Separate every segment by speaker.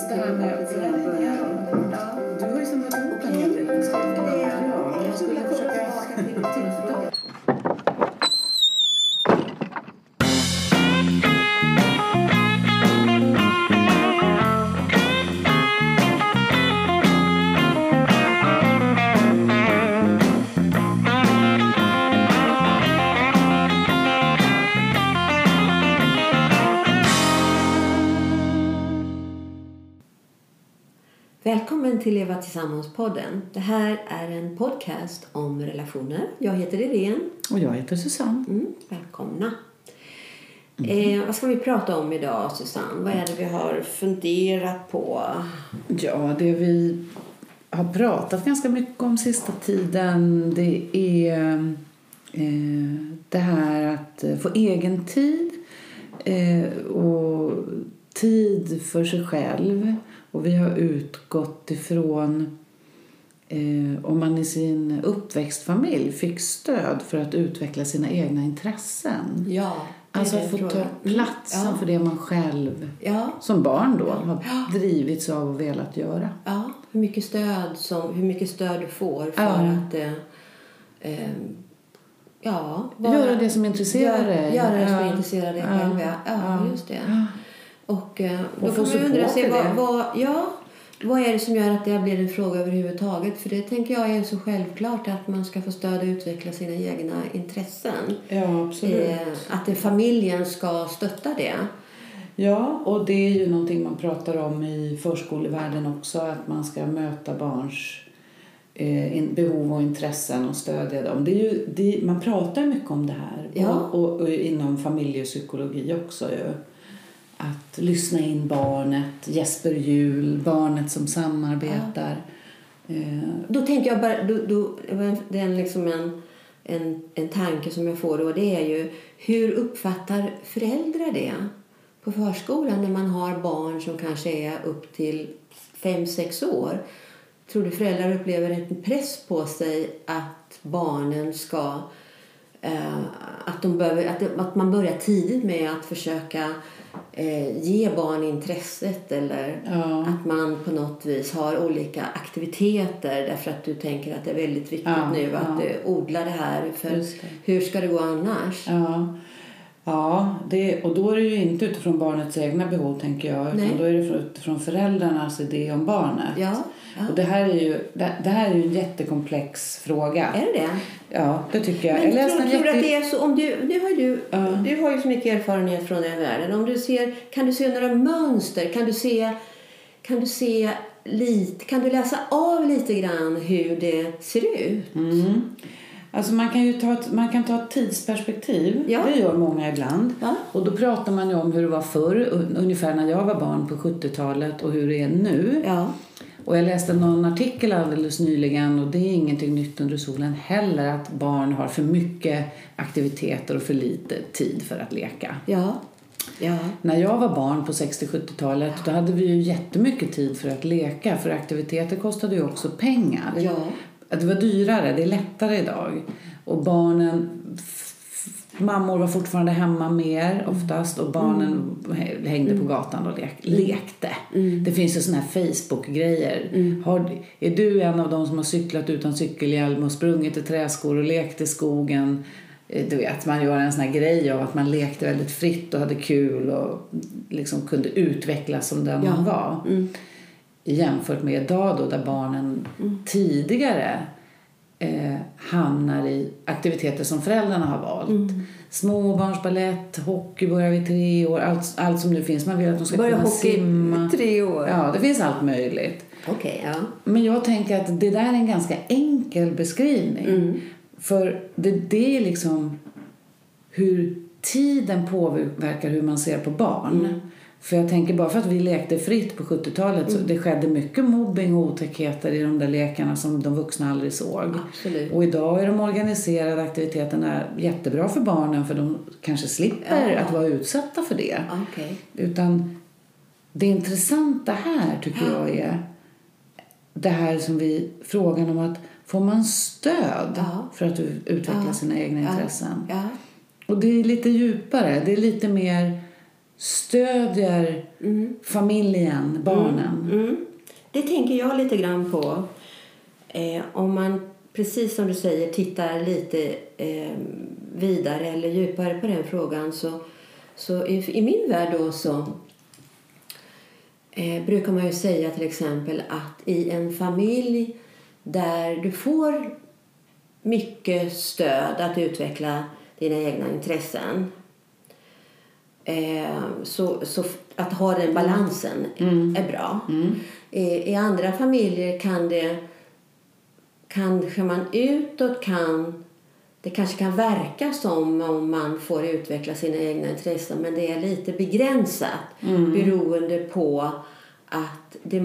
Speaker 1: just det här med förändringar. Du har ju samlat ihop en hel del. Jag skulle försöka
Speaker 2: Välkommen till Leva Tillsammans-podden. Det här är en podcast om relationer. Jag heter Irene.
Speaker 1: Och jag heter Susanne.
Speaker 2: Välkomna. Vad ska vi prata om idag, Susanne? Vad är det vi har funderat på?
Speaker 1: Ja, det vi har pratat ganska mycket om sista tiden, det är det här att få egen tid och tid för sig själv. Och vi har utgått ifrån om man i sin uppväxtfamilj fick stöd för att utveckla sina egna intressen.
Speaker 2: Ja,
Speaker 1: alltså att få ta platsen för det man själv som barn då har drivits av och velat göra.
Speaker 2: Ja, hur mycket stöd du får för att
Speaker 1: göra det som intresserar dig.
Speaker 2: Göra det som intresserar dig själv. Ja, just det. Och då får man undra sig vad är det som gör att det blir en fråga överhuvudtaget? För det tänker jag är så självklart att man ska få stöd och utveckla sina egna intressen.
Speaker 1: Ja, absolut.
Speaker 2: Att familjen ska stötta det.
Speaker 1: Ja, och det är ju någonting man pratar om i förskolevärlden också. Att man ska möta barns behov och intressen och stödja dem. Man pratar mycket om det här.
Speaker 2: Ja.
Speaker 1: Och inom familjepsykologi också ju. Att lyssna in barnet, Jesper Juhl, barnet som samarbetar.
Speaker 2: Då tänker jag bara, det är liksom en tanke som jag får, och det är ju, hur uppfattar föräldrar det på förskolan när man har barn som kanske är upp till 5-6 år? Tror du föräldrar upplever en press på sig att barnen ska att man börjar tidigt med att försöka ge barn intresset, eller att man på något vis har olika aktiviteter därför att du tänker att det är väldigt viktigt nu att odla det här, för hur ska det gå annars?
Speaker 1: Och då är det ju inte utifrån barnets egna behov, tänker jag, utan då är det utifrån föräldrarnas idé om barnet. Och det här är ju en jättekomplex fråga.
Speaker 2: Är det?
Speaker 1: Ja, det tycker jag.
Speaker 2: Men tror att det är så, om du har ju så mycket erfarenhet från den världen. Kan du se några mönster? Kan du läsa av lite grann hur det ser ut?
Speaker 1: Alltså man kan ta ett tidsperspektiv.
Speaker 2: Ja.
Speaker 1: Det gör många ibland.
Speaker 2: Ja.
Speaker 1: Och då pratar man ju om hur det var förr, ungefär när jag var barn på 70-talet, och hur det är nu.
Speaker 2: Ja.
Speaker 1: Och jag läste någon artikel alldeles nyligen, och det är ingenting nytt under solen heller, att barn har för mycket aktiviteter och för lite tid för att leka.
Speaker 2: Ja.
Speaker 1: När jag var barn på 60-70-talet, då hade vi ju jättemycket tid för att leka, för aktiviteter kostade ju också pengar.
Speaker 2: Ja.
Speaker 1: Det var dyrare, det är lättare idag. Och barnen, mammor var fortfarande hemma mer oftast, och barnen hängde på gatan och lekte. Det finns ju såna här Facebook-grejer. Är du en av dem som har cyklat utan cykelhjälm och sprungit i träskor och lekt i skogen? Du vet, man gör en sån här grej av att man lekte väldigt fritt och hade kul och liksom kunde utvecklas som den man var. Jämfört med idag då, där barnen tidigare hamnar i aktiviteter som föräldrarna har valt. Småbarnsballett, hockey börjar vid 3 år, allt som nu finns. Man vill att de ska kunna simma.
Speaker 2: 3 år.
Speaker 1: Ja, det finns allt möjligt.
Speaker 2: Okej, ja.
Speaker 1: Men jag tänker att det där är en ganska enkel beskrivning. För det är liksom hur tiden påverkar hur man ser på barn. För jag tänker, bara för att vi lekte fritt på 70-talet så det skedde mycket mobbing och otäckheter i de där lekarna som de vuxna aldrig såg.
Speaker 2: Absolut.
Speaker 1: Och idag är de organiserade aktiviteterna jättebra för barnen, för de kanske slipper att vara utsatta för det.
Speaker 2: Okay.
Speaker 1: Utan det intressanta här tycker jag är det här som frågan om att får man stöd för att utveckla sina egna intressen. Och det är lite djupare, det är lite mer stödjer familjen, barnen.
Speaker 2: Det tänker jag lite grann på. Om man, precis som du säger, tittar lite vidare eller djupare på den frågan, så i min värld då så brukar man ju säga till exempel att i en familj där du får mycket stöd att utveckla dina egna intressen, så att ha den balansen är bra. I andra familjer kanske man utåt det kanske kan verka som om man får utveckla sina egna intressen, men det är lite begränsat beroende på att det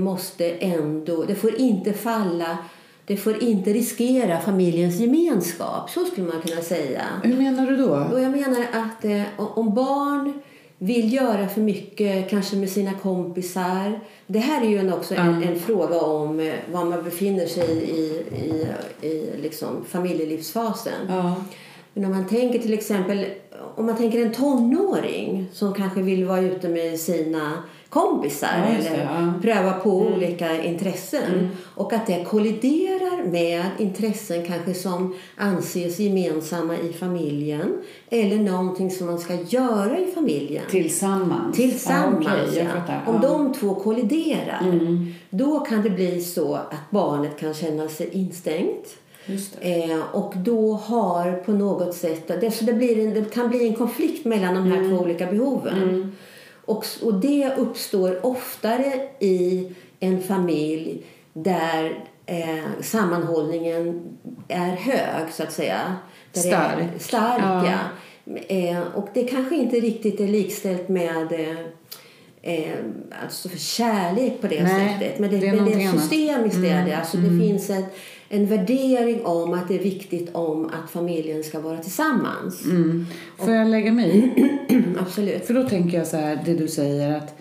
Speaker 2: får inte riskera familjens gemenskap. Så skulle man kunna säga.
Speaker 1: Hur menar du då?
Speaker 2: Och jag menar att om barn vill göra för mycket, kanske med sina kompisar. Det här är ju också en fråga om var man befinner sig i liksom familjelivsfasen. Men om man tänker till exempel, om man tänker en tonåring som kanske vill vara ute med sina kompisar eller pröva på olika intressen, och att det kolliderar med intressen kanske som anses gemensamma i familjen eller någonting som man ska göra i familjen
Speaker 1: tillsammans.
Speaker 2: Om de två kolliderar, då kan det bli så att barnet kan känna sig instängt.
Speaker 1: Just det.
Speaker 2: Och då har på något sätt det kan bli en konflikt mellan de här två olika behoven. Och det uppstår oftare i en familj där sammanhållningen är hög, så att säga. Stark. Och det kanske inte riktigt är likställt med alltså för kärlek på det sättet. Men det är systemiskt det. Alltså det finns en värdering om att det är viktigt om att familjen ska vara tillsammans.
Speaker 1: Får jag lägga mig i?
Speaker 2: Absolut.
Speaker 1: För då tänker jag så här, det du säger, att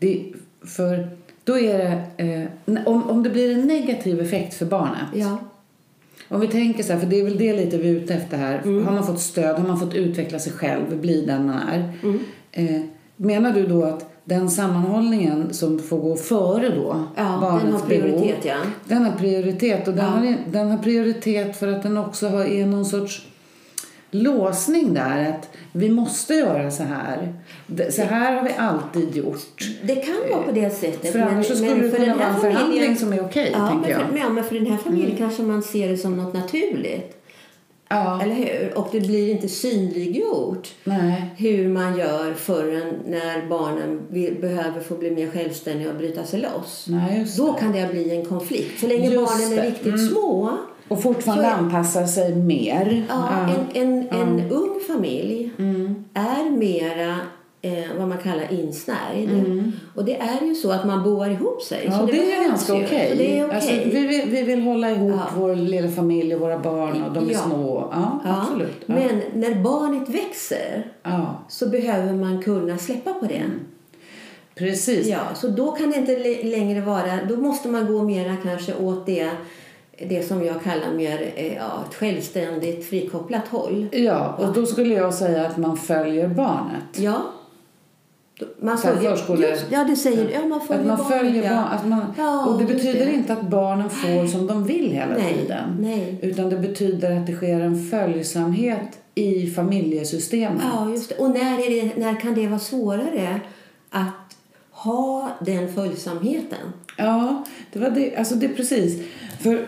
Speaker 1: då är det om det blir en negativ effekt för barnet.
Speaker 2: Ja.
Speaker 1: Om vi tänker så här, för det är väl det lite vi är ute efter här. Har man fått stöd, har man fått utveckla sig själv, bli den man är. Menar du då att den sammanhållningen som får gå före då, barnets
Speaker 2: den har prioritet,
Speaker 1: behov, den har prioritet, och den har prioritet för att den också är någon sorts låsning där, att vi måste göra så här. Så här har vi alltid gjort.
Speaker 2: Det kan vara på det sättet.
Speaker 1: För annars så skulle det kunna vara en förhandling som är okej, tänker jag.
Speaker 2: Men för den här familjen kanske man ser det som något naturligt.
Speaker 1: Ja.
Speaker 2: Eller hur? Och det blir inte synliggjort hur man gör förrän när barnen behöver få bli mer självständiga och bryta sig loss. Då kan det bli en konflikt. Så länge barnen är riktigt små.
Speaker 1: Och fortfarande anpassar sig mer.
Speaker 2: En ung familj är mera vad man kallar insnärjd. Och det är ju så att man boar ihop sig.
Speaker 1: Ja,
Speaker 2: så
Speaker 1: det är ganska okej.
Speaker 2: Det är okej.
Speaker 1: Alltså, vi vill hålla ihop vår lilla familj och våra barn, och de är små. Ja, absolut. Ja.
Speaker 2: Men när barnet växer så behöver man kunna släppa på det.
Speaker 1: Precis.
Speaker 2: Ja, så då kan det inte längre vara, då måste man gå mera kanske åt det som jag kallar mer ett självständigt frikopplat håll. Ja,
Speaker 1: och då skulle jag säga att man följer barnet.
Speaker 2: Ja. Man följer, det säger du. Ja, man följer barnet.
Speaker 1: Och det betyder inte att barnen får som de vill hela tiden.
Speaker 2: Nej.
Speaker 1: Utan det betyder att det sker en följsamhet i familjesystemet.
Speaker 2: Ja, just det. Och när kan det vara svårare att ha den följsamheten?
Speaker 1: Ja, det var det. Alltså det är precis. För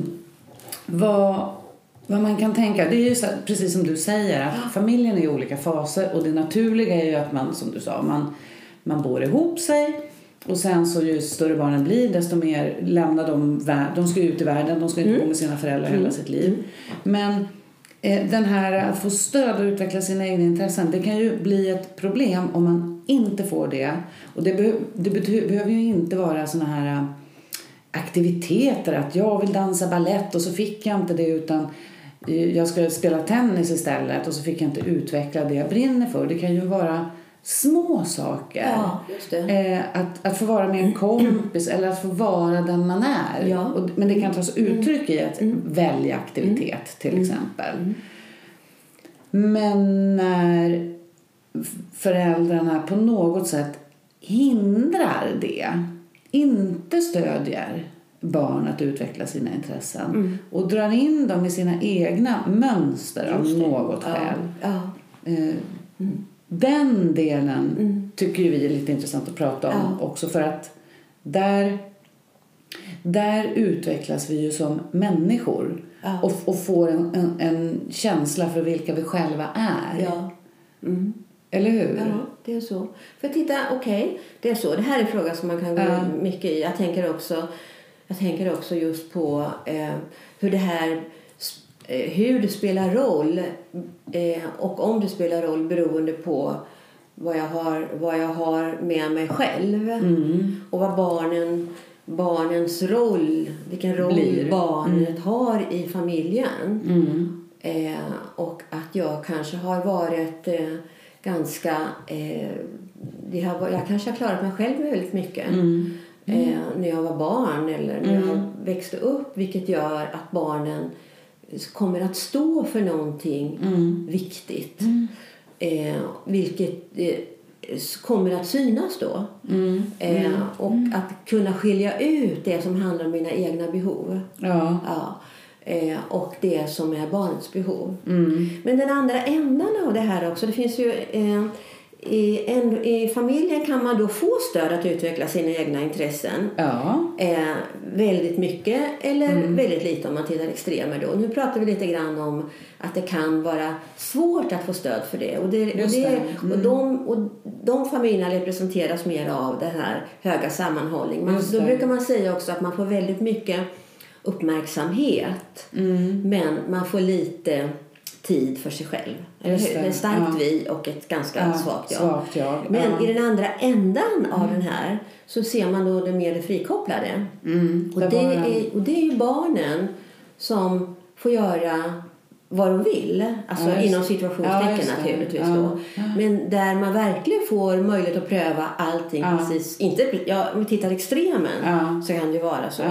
Speaker 1: vad man kan tänka, det är ju så, precis som du säger, att familjen är i olika faser, och det naturliga är ju att man, som du sa, man bor ihop sig, och sen så ju större barnen blir, desto mer lämnar de ska ut i världen, de ska inte bo med sina föräldrar hela sitt liv. Men den här att få stöd och utveckla sina egna intressen, det kan ju bli ett problem om man inte får det. Och det behöver ju inte vara såna här aktiviteter, att jag vill dansa ballett och så fick jag inte det, utan jag ska spela tennis istället och så fick jag inte utveckla det jag brinner för. Det kan ju vara små saker.
Speaker 2: Ja, just det.
Speaker 1: Att få vara med en kompis eller att få vara den man är.
Speaker 2: Ja.
Speaker 1: Men det kan tas uttryck i att välja aktivitet till exempel. Men föräldrarna på något sätt hindrar det. Inte stödjer barn att utveckla sina intressen. Och drar in dem i sina egna mönster av något skäl. Den delen tycker vi är lite intressant att prata om också. För att där utvecklas vi ju som människor. Och får en känsla för vilka vi själva är.
Speaker 2: Ja.
Speaker 1: Eller hur?
Speaker 2: Ja, det är så. För titta, det är så. Det här är en fråga som man kan gå mycket i. Jag tänker också just på hur det spelar roll och om det spelar roll beroende på vad jag har med mig själv och vad barnens roll, vilken roll barnet har i familjen. Och att jag kanske har varit ganska jag kanske har klarat mig själv väldigt mycket när jag var barn eller när jag växte upp, vilket gör att barnen kommer att stå för någonting viktigt, vilket kommer att synas då. Och att kunna skilja ut det som handlar om mina egna behov och det som är barnets behov. Men den andra änden av det här också, det finns ju i familjen kan man då få stöd att utveckla sina egna intressen. Väldigt mycket eller väldigt lite om man tittar extremer då. Nu pratar vi lite grann om att det kan vara svårt att få stöd för det. Och de familjerna representeras mer av den här höga sammanhållning. Då brukar man säga också att man får väldigt mycket uppmärksamhet. Men man får lite tid för sig själv. Det är ett starkt vi och ett ganska svagt jag. Men i den andra ändan av den här så ser man då det frikopplade. Och det är ju barnen som får göra vad de vill. Alltså inom situationstecken naturligtvis då. Men där man verkligen får möjlighet att pröva allting precis. Om vi tittar extremen så kan det vara så.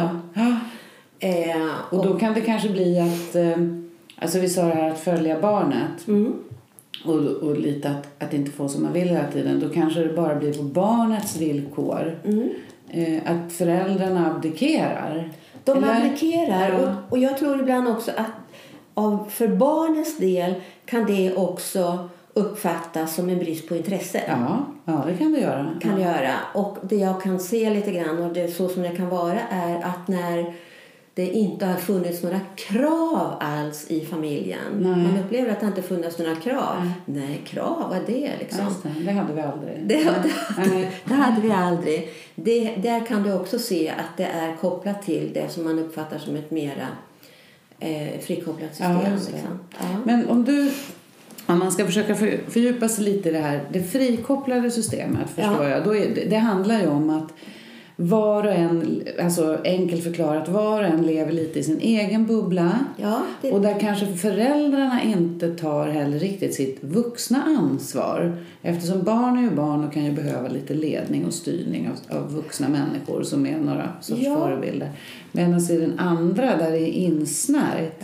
Speaker 1: Och då kan det kanske bli att alltså vi sa det här att följa barnet och lite att inte få som man vill hela tiden. Då kanske det bara blir på barnets villkor. Att föräldrarna abdikerar.
Speaker 2: De abdikerar och jag tror ibland också att för barnets del kan det också uppfattas som en brist på intresse.
Speaker 1: Ja, det kan det göra.
Speaker 2: Göra. Och det jag kan se lite grann och det så som det kan vara är att när det inte har funnits några krav alls i familjen. Man upplever att det inte funnits några krav. Nej, krav, vad är det liksom?
Speaker 1: Det hade vi aldrig.
Speaker 2: Det hade vi aldrig. Där kan du också se att det är kopplat till det som man uppfattar som ett mera frikopplat system. Liksom.
Speaker 1: Men om man ska försöka fördjupa sig lite i det här, det frikopplade systemet förstår jag. Då det handlar ju om att var och en, alltså enkelt förklarat, var och en lever lite i sin egen bubbla. Och där kanske föräldrarna inte tar heller riktigt sitt vuxna ansvar. Eftersom barn är ju barn och kan ju behöva lite ledning och styrning av vuxna människor som är några sorts förebilder. Medan i den andra, där det är insnärjt,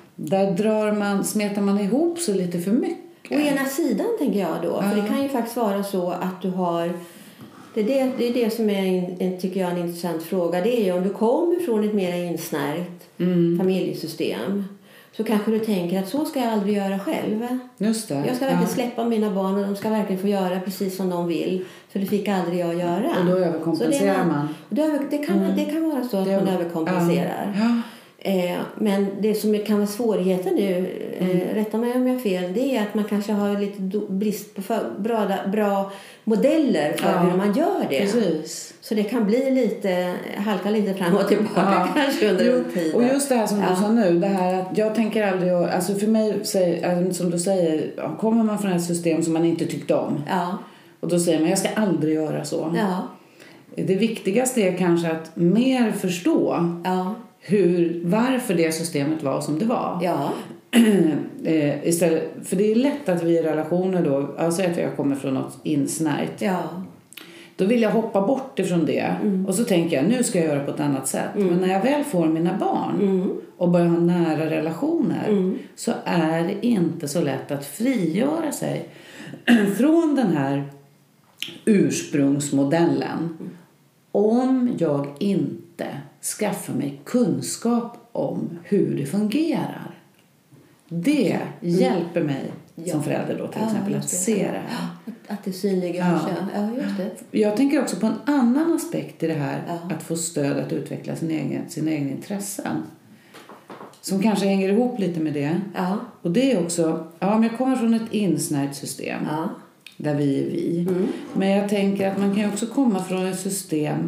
Speaker 1: där smetar man ihop sig lite för mycket.
Speaker 2: Å ena sidan tänker jag då, för det kan ju faktiskt vara så att du har... Det är det som är tycker jag, en intressant fråga. Det är ju om du kommer från ett mer insnärjt familjesystem. Så kanske du tänker att så ska jag aldrig göra själv.
Speaker 1: Just det.
Speaker 2: Jag ska verkligen släppa mina barn och de ska verkligen få göra precis som de vill. För det fick aldrig jag göra.
Speaker 1: Och då överkompenserar man.
Speaker 2: Det kan vara så att man överkompenserar. Men det som kan vara svårigheten nu, rätta mig om jag har fel, det är att man kanske har lite brist på bra modeller för hur man gör det.
Speaker 1: Precis.
Speaker 2: Så det kan bli halka lite fram och tillbaka kanske under en tid.
Speaker 1: Och just det här som du sa nu, det här att jag tänker aldrig, alltså för mig, som du säger, kommer man från ett system som man inte tyckte om. Och då säger man, jag ska aldrig göra så. Det viktigaste är kanske att mer förstå varför det systemet var som det var. Istället, för det är lätt att vi i relationer då, alltså att jag kommer från något insnärjt. Då vill jag hoppa bort ifrån det. Och så tänker jag, nu ska jag göra på ett annat sätt. Men när jag väl får mina barn och börjar ha nära relationer så är det inte så lätt att frigöra sig från den här ursprungsmodellen, om jag inte skaffar mig kunskap om hur det fungerar, det hjälper mig som förälder då till exempel att se det här.
Speaker 2: Att det synliggörs. Ja, just det.
Speaker 1: Jag tänker också på en annan aspekt i det här, att få stöd att utveckla sina egna intressen. Som kanske hänger ihop lite med det.
Speaker 2: Ja.
Speaker 1: Och det är också, om jag kommer från ett insnärjt system, där vi är vi. Men jag tänker att man kan ju också komma från ett system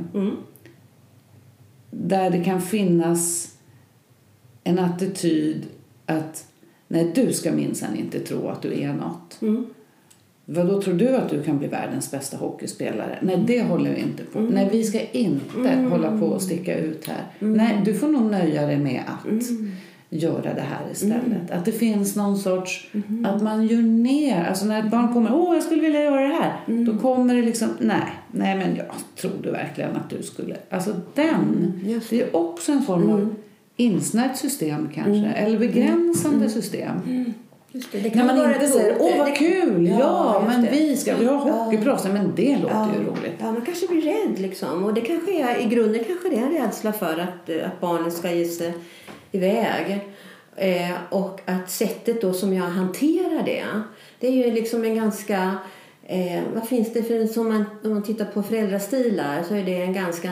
Speaker 1: där det kan finnas en attityd att nej, du ska minsann inte tro att du är något. Vad då tror du att du kan bli världens bästa hockeyspelare? Nej, det håller vi inte på. Nej, vi ska inte hålla på och sticka ut här. Nej, du får nog nöja dig med att göra det här istället. Att det finns någon sorts, att man gör ner. Alltså när ett barn kommer, jag skulle vilja göra det här. Då kommer det liksom, nej men jag tror du verkligen att du skulle. Alltså det är också en form av insnärjt system kanske. Eller begränsande system.
Speaker 2: Det
Speaker 1: när man inte säger, vad kul, men vi har hockeyproffs, men det låter ju roligt.
Speaker 2: Ja, man kanske blir rädd liksom. Och det kanske är, i grunden kanske det är en rädsla för att barnet ska ge sig iväg. Och att sättet då som jag hanterar det är ju liksom en ganska, vad finns det för, om man tittar på föräldrastilar så är det en ganska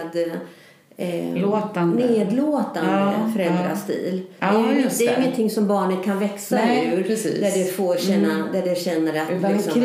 Speaker 2: nedlåtande föräldrastil. Det är ingenting som barnet kan växa ur. Precis. Där det får känna, där det känner att liksom,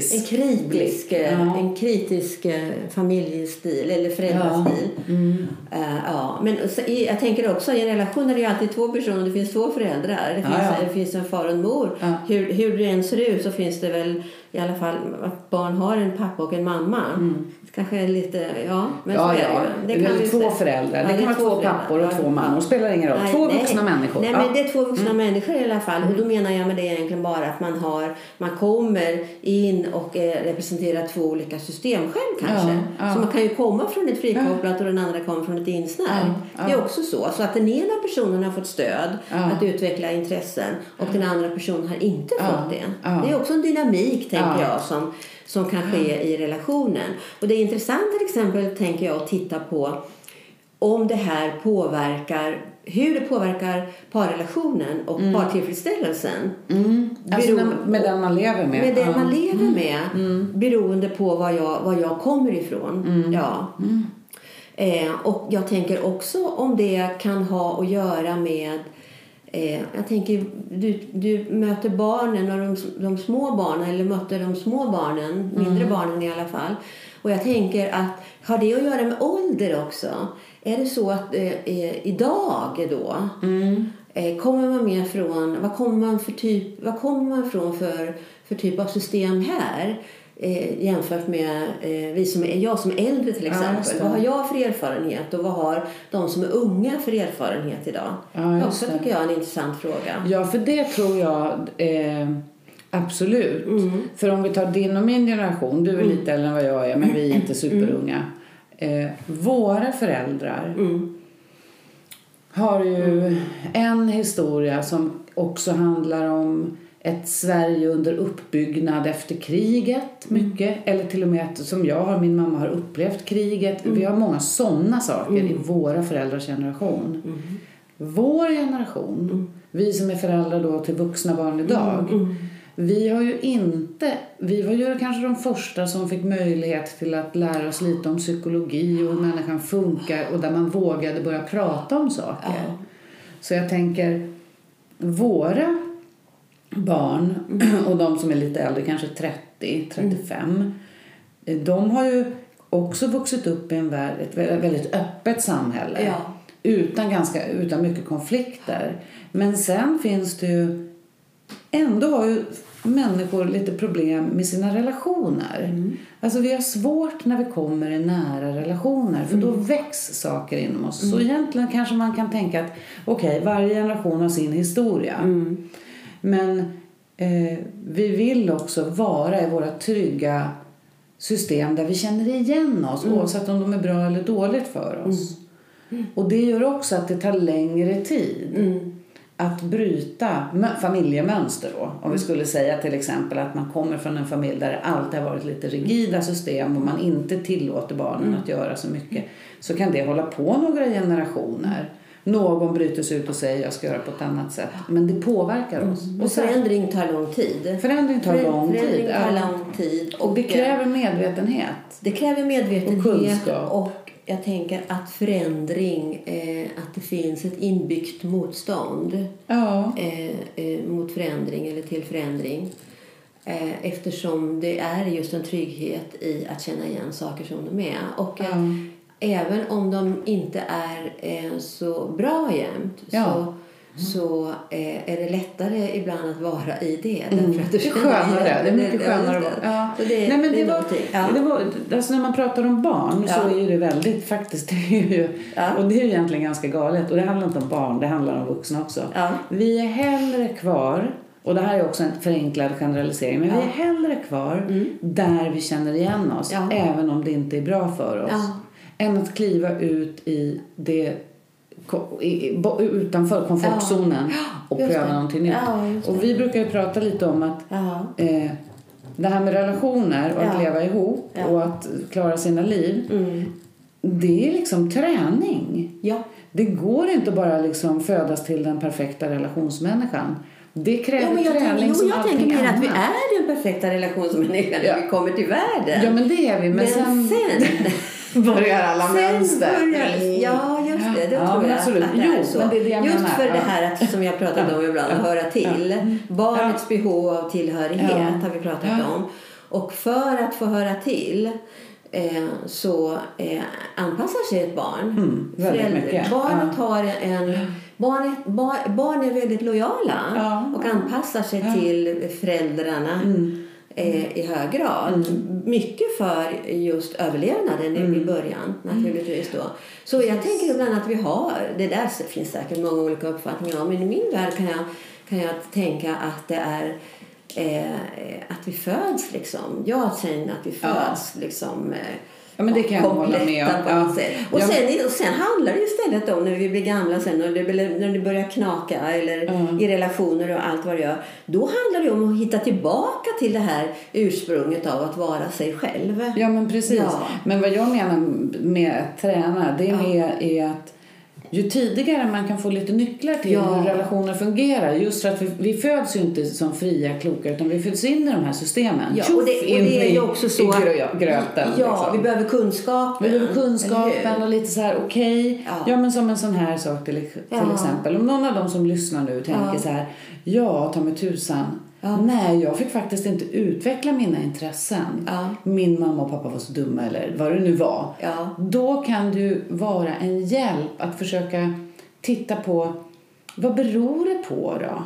Speaker 2: en kritisk familjestil eller föräldrastil. Men jag tänker också i en relation där det är alltid två personer, det finns två föräldrar. Det finns en far och en mor. Hur det än ser ut så finns det väl i alla fall att barn har en pappa och en mamma. Kanske lite, men så är det.
Speaker 1: Det kan vara två föräldrar. Det kan vara två pappor och två mammor. Det spelar ingen roll. Två vuxna människor.
Speaker 2: Nej, men det är två vuxna människor i alla fall. Och då menar jag med det egentligen bara att man kommer in och representerar två olika system själv kanske. Så man kan ju komma från ett frikopplat och den andra kommer från ett insnärjt. Det är också så. Så att den ena personen har fått stöd att utveckla intressen och den andra personen har inte fått det. Det är också en dynamik, tänker jag, som kan ske i relationen. Och det är intressant till exempel, tänker jag, att titta på om det här påverkar, hur det påverkar parrelationen och partillfredsställelsen.
Speaker 1: Alltså med den man lever med.
Speaker 2: Med den man lever med, beroende på var jag kommer ifrån. Och jag tänker också om det kan ha att göra med, jag tänker, du möter barnen och de små barnen, eller möter de små barnen, mindre barnen i alla fall. Och jag tänker att har det att göra med ålder också? Är det så att idag då kommer man med från, vad kommer man från för typ av system här? Jämfört med jag som är äldre till exempel. Vad har jag för erfarenhet och vad har de som är unga för erfarenhet idag? Också tycker jag är en intressant fråga.
Speaker 1: Ja, för det tror jag absolut. För om vi tar din och min generation, du är lite äldre än vad jag är, men vi är inte superunga. Våra föräldrar har ju en historia som också handlar om ett Sverige under uppbyggnad efter kriget mycket. Eller till och med som min mamma har upplevt kriget. Vi har många sådana saker i våra föräldrars generation. Vår generation, vi som är föräldrar då till vuxna barn idag. Vi var ju kanske de första som fick möjlighet till att lära oss lite om psykologi och hur människan funkar. Och där man vågade börja prata om saker. Så jag tänker, våra barn och de som är lite äldre, kanske 30-35, de har ju också vuxit upp i ett väldigt öppet samhälle utan mycket konflikter. Men sen finns det ju ändå har ju människor lite problem med sina relationer. Alltså vi har svårt när vi kommer i nära relationer, för då väcks saker inom oss. Så egentligen kanske man kan tänka att varje generation har sin historia. Men vi vill också vara i våra trygga system där vi känner igen oss, oavsett om de är bra eller dåligt för oss. Och det gör också att det tar längre tid att bryta familjemönster då. Om vi skulle säga till exempel att man kommer från en familj där det alltid har varit lite rigida system och man inte tillåter barnen att göra så mycket. Så kan det hålla på några generationer. Någon bryter sig ut och säger jag ska göra på ett annat sätt. Men det påverkar oss.
Speaker 2: Och förändring tar lång tid.
Speaker 1: Förändring tar lång
Speaker 2: tid.
Speaker 1: Och det kräver medvetenhet.
Speaker 2: Det kräver medvetenhet
Speaker 1: och kunskap.
Speaker 2: Och jag tänker att förändring, att det finns ett inbyggt motstånd mot förändring eller till förändring. Eftersom det är just en trygghet i att känna igen saker som de är. Och även om de inte är så bra jämt så är det lättare ibland att vara i det. Därför att
Speaker 1: det är skönare. Det är mycket skönare. Alltså när man pratar om barn så är det väldigt faktiskt. Och det är ju egentligen ganska galet. Och det handlar inte om barn, det handlar om vuxna också. Vi är hellre kvar. Och det här är också en förenklad generalisering. Men vi är hellre kvar där vi känner igen oss. Även om det inte är bra för oss. Än att kliva ut i det utanför komfortzonen och pröva någonting nytt. Och vi brukar ju prata lite om att det här med relationer och att leva ihop och att klara sina liv, det är liksom träning. Det går inte bara liksom födas till den perfekta relationsmänniskan. Det kräver träning som
Speaker 2: jag tänker mer att vi är den perfekta relationsmänniskan när vi kommer till världen.
Speaker 1: Ja, men det är vi. Men sen börjar alla mönster.
Speaker 2: Ja, just det. Det tror jag
Speaker 1: absolut.
Speaker 2: Att det är så.
Speaker 1: Men det är det jag
Speaker 2: just
Speaker 1: menar.
Speaker 2: för det här att, som jag pratat om ibland, att höra till. Barnets behov av tillhörighet har vi pratat om. Och för att få höra till så anpassar sig ett barn. Barnet har barn är väldigt lojala och anpassar sig till föräldrarna i hög grad. Mycket för just överlevnaden i början naturligtvis då. Så jag tänker ibland att vi har, det där finns säkert många olika uppfattningar om, men i min värld kan jag tänka att det är att vi föds liksom. Jag känner att vi föds liksom
Speaker 1: men det kan jag hålla med om.
Speaker 2: Och sen handlar det ju istället om när vi blir gamla sen och när det börjar knaka eller i relationer och allt vad det gör. Då handlar det om att hitta tillbaka till det här ursprunget av att vara sig själv.
Speaker 1: Ja, men precis. Men vad jag menar med att träna, det är att ju tidigare man kan få lite nycklar till hur relationer fungerar. Just för att vi föds ju inte som fria kloka, utan vi föds in i de här systemen.
Speaker 2: Och det är ju också så
Speaker 1: att gröten,
Speaker 2: liksom. Vi behöver kunskapen.
Speaker 1: Vi behöver kunskapen och lite så här men som en sån här sak till exempel. Om någon av dem som lyssnar nu tänker så här, ta med tusan. Nej, jag fick faktiskt inte utveckla mina intressen. Min mamma och pappa var så dumma eller vad det nu var. Då kan du vara en hjälp att försöka titta på vad beror det på då?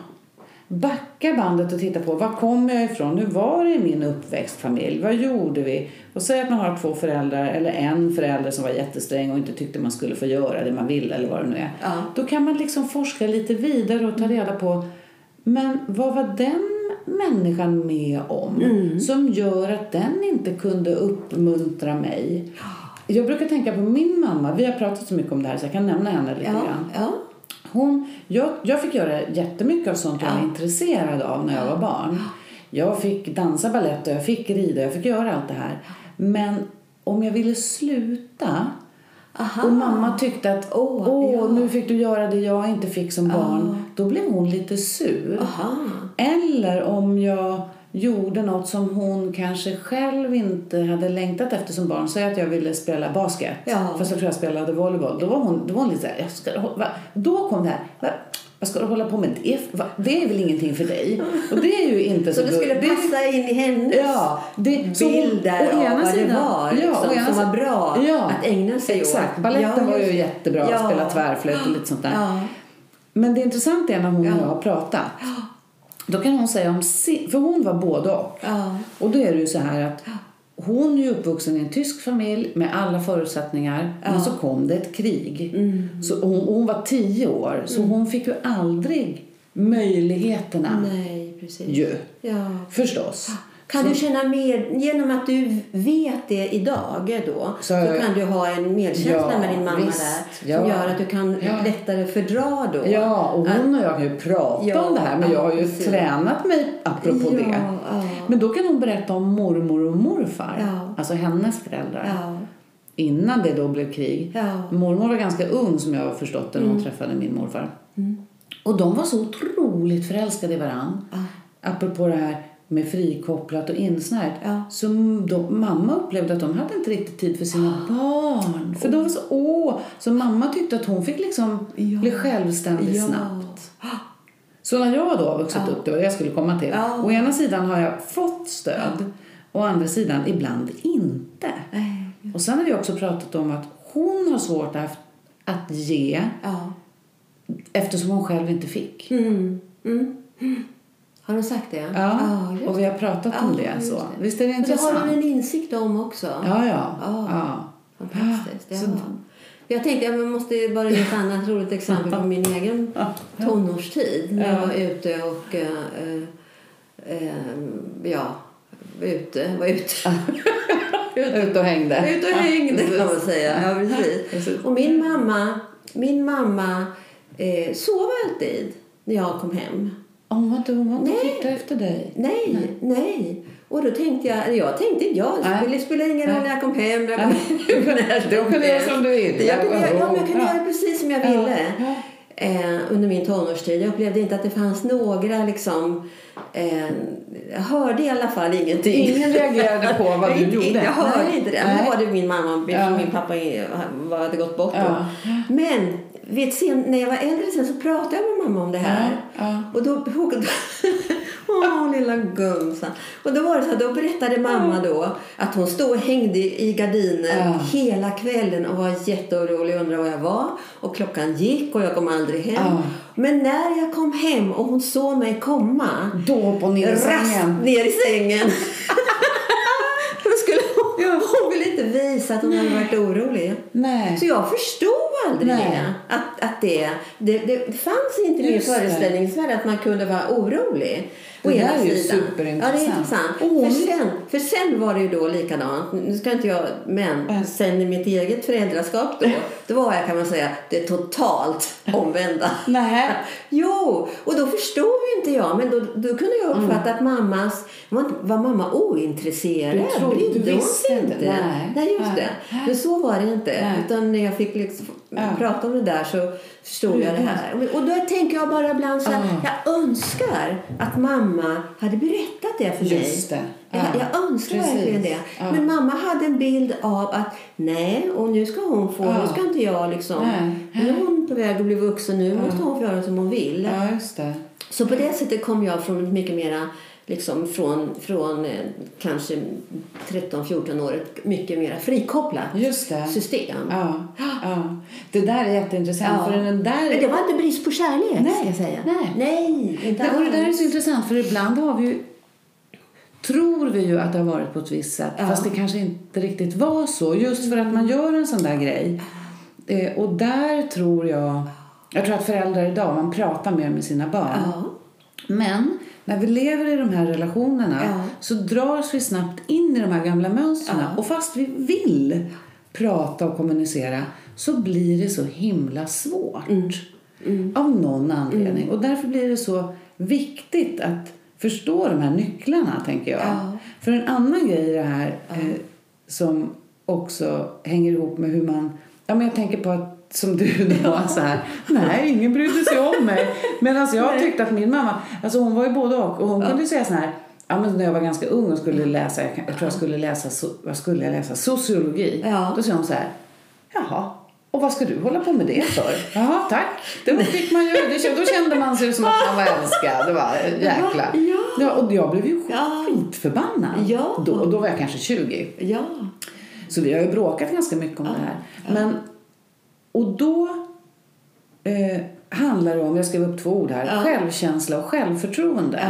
Speaker 1: Backa bandet och titta på var kommer jag ifrån? Hur var det i min uppväxtfamilj? Vad gjorde vi? Och säg att man har 2 föräldrar eller en förälder som var jättesträng och inte tyckte man skulle få göra det man ville eller vad det nu är. Då kan man liksom forska lite vidare och ta reda på, men vad var den människan med om som gör att den inte kunde uppmuntra mig? Jag brukar tänka på min mamma. Vi har pratat så mycket om det här så jag kan nämna henne lite grann. Jag fick göra jättemycket av sånt jag var intresserad av när jag var barn. Jag fick dansa ballett och jag fick rida. Jag fick göra allt det här. Men om jag ville sluta och mamma tyckte att nu fick du göra det jag inte fick som barn, då blev hon lite sur. Eller om jag gjorde något som hon kanske själv inte hade längtat efter som barn. Säg att jag ville spela basket. Fast jag tror jag spelade volleyboll. Då var hon lite så här, då kom det här. Vad ska du hålla på med det? Det är väl ingenting för dig. Och det är ju inte så
Speaker 2: det skulle passa in i hennes bilder av vad det var liksom, som var bra att ägna sig åt.
Speaker 1: Exakt, balletten var ju jättebra att spela tvärflöjt och lite sånt där. Men det intressanta är när hon och jag har pratat. Då kan hon säga för hon var både och. Och då är det ju så här att hon är ju uppvuxen i en tysk familj med alla förutsättningar. Men så kom det ett krig. Så hon var 10 år. Så hon fick ju aldrig möjligheterna.
Speaker 2: Nej, precis.
Speaker 1: Ju. Förstås.
Speaker 2: Kan du känna mer, genom att du vet det idag då, så kan du ha en medkänsla med din mamma där som gör att du kan lättare fördra då.
Speaker 1: Ja, och hon och jag kan ju prata om det här, men jag har ju tränat mig apropå det. Men då kan hon berätta om mormor och morfar, alltså hennes föräldrar. Innan det då blev krig. Mormor var ganska ung som jag har förstått det när hon träffade min morfar. Och de var så otroligt förälskade i varann. Apropå det här med frikopplat och insnärt. Så mamma upplevde att de hade inte riktigt tid för sina barn. För de var så mamma tyckte att hon fick liksom bli självständig snabbt. Så när jag då vuxit upp, det var det jag skulle komma till. Å ena sidan har jag fått stöd. Å andra sidan ibland inte. Och sen har vi också pratat om att hon har svårt att ge. Eftersom hon själv inte fick.
Speaker 2: Har du sagt det?
Speaker 1: Ja, och vi har pratat om det. Så. Visst är det intressant?
Speaker 2: Det har du en insikt om också.
Speaker 1: Ja.
Speaker 2: Fantastiskt. Jag tänkte att jag måste bara ge ett annat roligt exempel på min egen tonårstid. När jag var ute och var ute.
Speaker 1: Ut och hängde.
Speaker 2: Ut och hängde kan man säga. Ja, precis. Och min mamma sov alltid när jag kom hem.
Speaker 1: Hon var inte titta efter dig.
Speaker 2: Nej. Och då tänkte jag det spelar ingen roll när jag kom hem.
Speaker 1: Du kunde göra som du ville.
Speaker 2: Jag kunde göra precis som jag ville. Under min tonårstid. Jag upplevde inte att det fanns några liksom... jag hörde i alla fall ingenting.
Speaker 1: Ingen reagerade på vad du gjorde.
Speaker 2: Jag hörde inte det. Nu var det min mamma. Min pappa hade gått bort då. Men... när jag var äldre sen så pratade jag med mamma om det här. Och då lilla gumsan. Och då var det så här, då berättade mamma då att hon stod och hängde i gardiner hela kvällen och var jätteorolig och undrade var jag var. Och klockan gick och jag kom aldrig hem. Men när jag kom hem och hon såg mig komma,
Speaker 1: då på ner i sängen.
Speaker 2: Hon ville inte visa att hon hade varit orolig.
Speaker 1: Nej.
Speaker 2: Så jag förstod aldrig det. Att det fanns inte min föreställningsvärld att man kunde vara orolig.
Speaker 1: Det där är ju superintressant.
Speaker 2: Ja, det är intressant. För sen var det ju då likadant. Nu ska inte jag, men sen i mitt eget föräldraskap då var jag, kan man säga, det totalt omvända.
Speaker 1: Nej.
Speaker 2: Jo, och då förstod ju inte jag. Men då kunde jag uppfatta att var mamma ointresserad.
Speaker 1: Du visste inte.
Speaker 2: Nej, just det. Men så var det inte. Utan när jag fick liksom prata om det där så förstod jag det här. Och då tänker jag bara ibland så här, jag önskar att mamma hade berättat det för mig.
Speaker 1: Just det.
Speaker 2: Jag önskar verkligen det. Men mamma hade en bild av att nej, och nu ska hon få, nu ska inte jag liksom, nu är hon på väg att bli vuxen, nu måste hon få göra som hon vill.
Speaker 1: Ja, just det.
Speaker 2: Så på det sättet kom jag från mycket mera liksom från kanske 13-14 år ett mycket mer frikopplat system.
Speaker 1: Ja. Det där är jätteintressant. För den där...
Speaker 2: Men det var inte brist på kärlek, ska jag säga. Nej, inte alls.
Speaker 1: Och det där är så intressant, för ibland har vi ju, tror vi ju att det har varit på ett visst sätt, fast det kanske inte riktigt var så, just för att man gör en sån där grej. Och där tror jag att föräldrar idag, man pratar mer med sina barn. Men när vi lever i de här relationerna så dras vi snabbt in i de här gamla mönstren. Och fast vi vill prata och kommunicera så blir det så himla svårt. Av någon anledning. Och därför blir det så viktigt att förstå de här nycklarna, tänker jag. För en annan grej i det här som också hänger ihop med hur man... Ja, men jag tänker på att som du då så här, nej, ingen brydde sig om mig. Men alltså jag tyckte att min mamma, alltså hon var ju både och hon kunde ju säga så här, ja, men när jag var ganska ung och skulle läsa, jag tror jag skulle läsa sociologi. Då sa hon så här, jaha, och vad ska du hålla på med det för? Jaha, tack. Det fick man ju, då kände man sig som att man var älskad. Det var jäkla. Ja, och jag blev ju skitförbannad. Då var jag kanske 20. Så vi har ju bråkat ganska mycket om det här. Men och då handlar det om, jag skrev upp 2 ord här, självkänsla och självförtroende.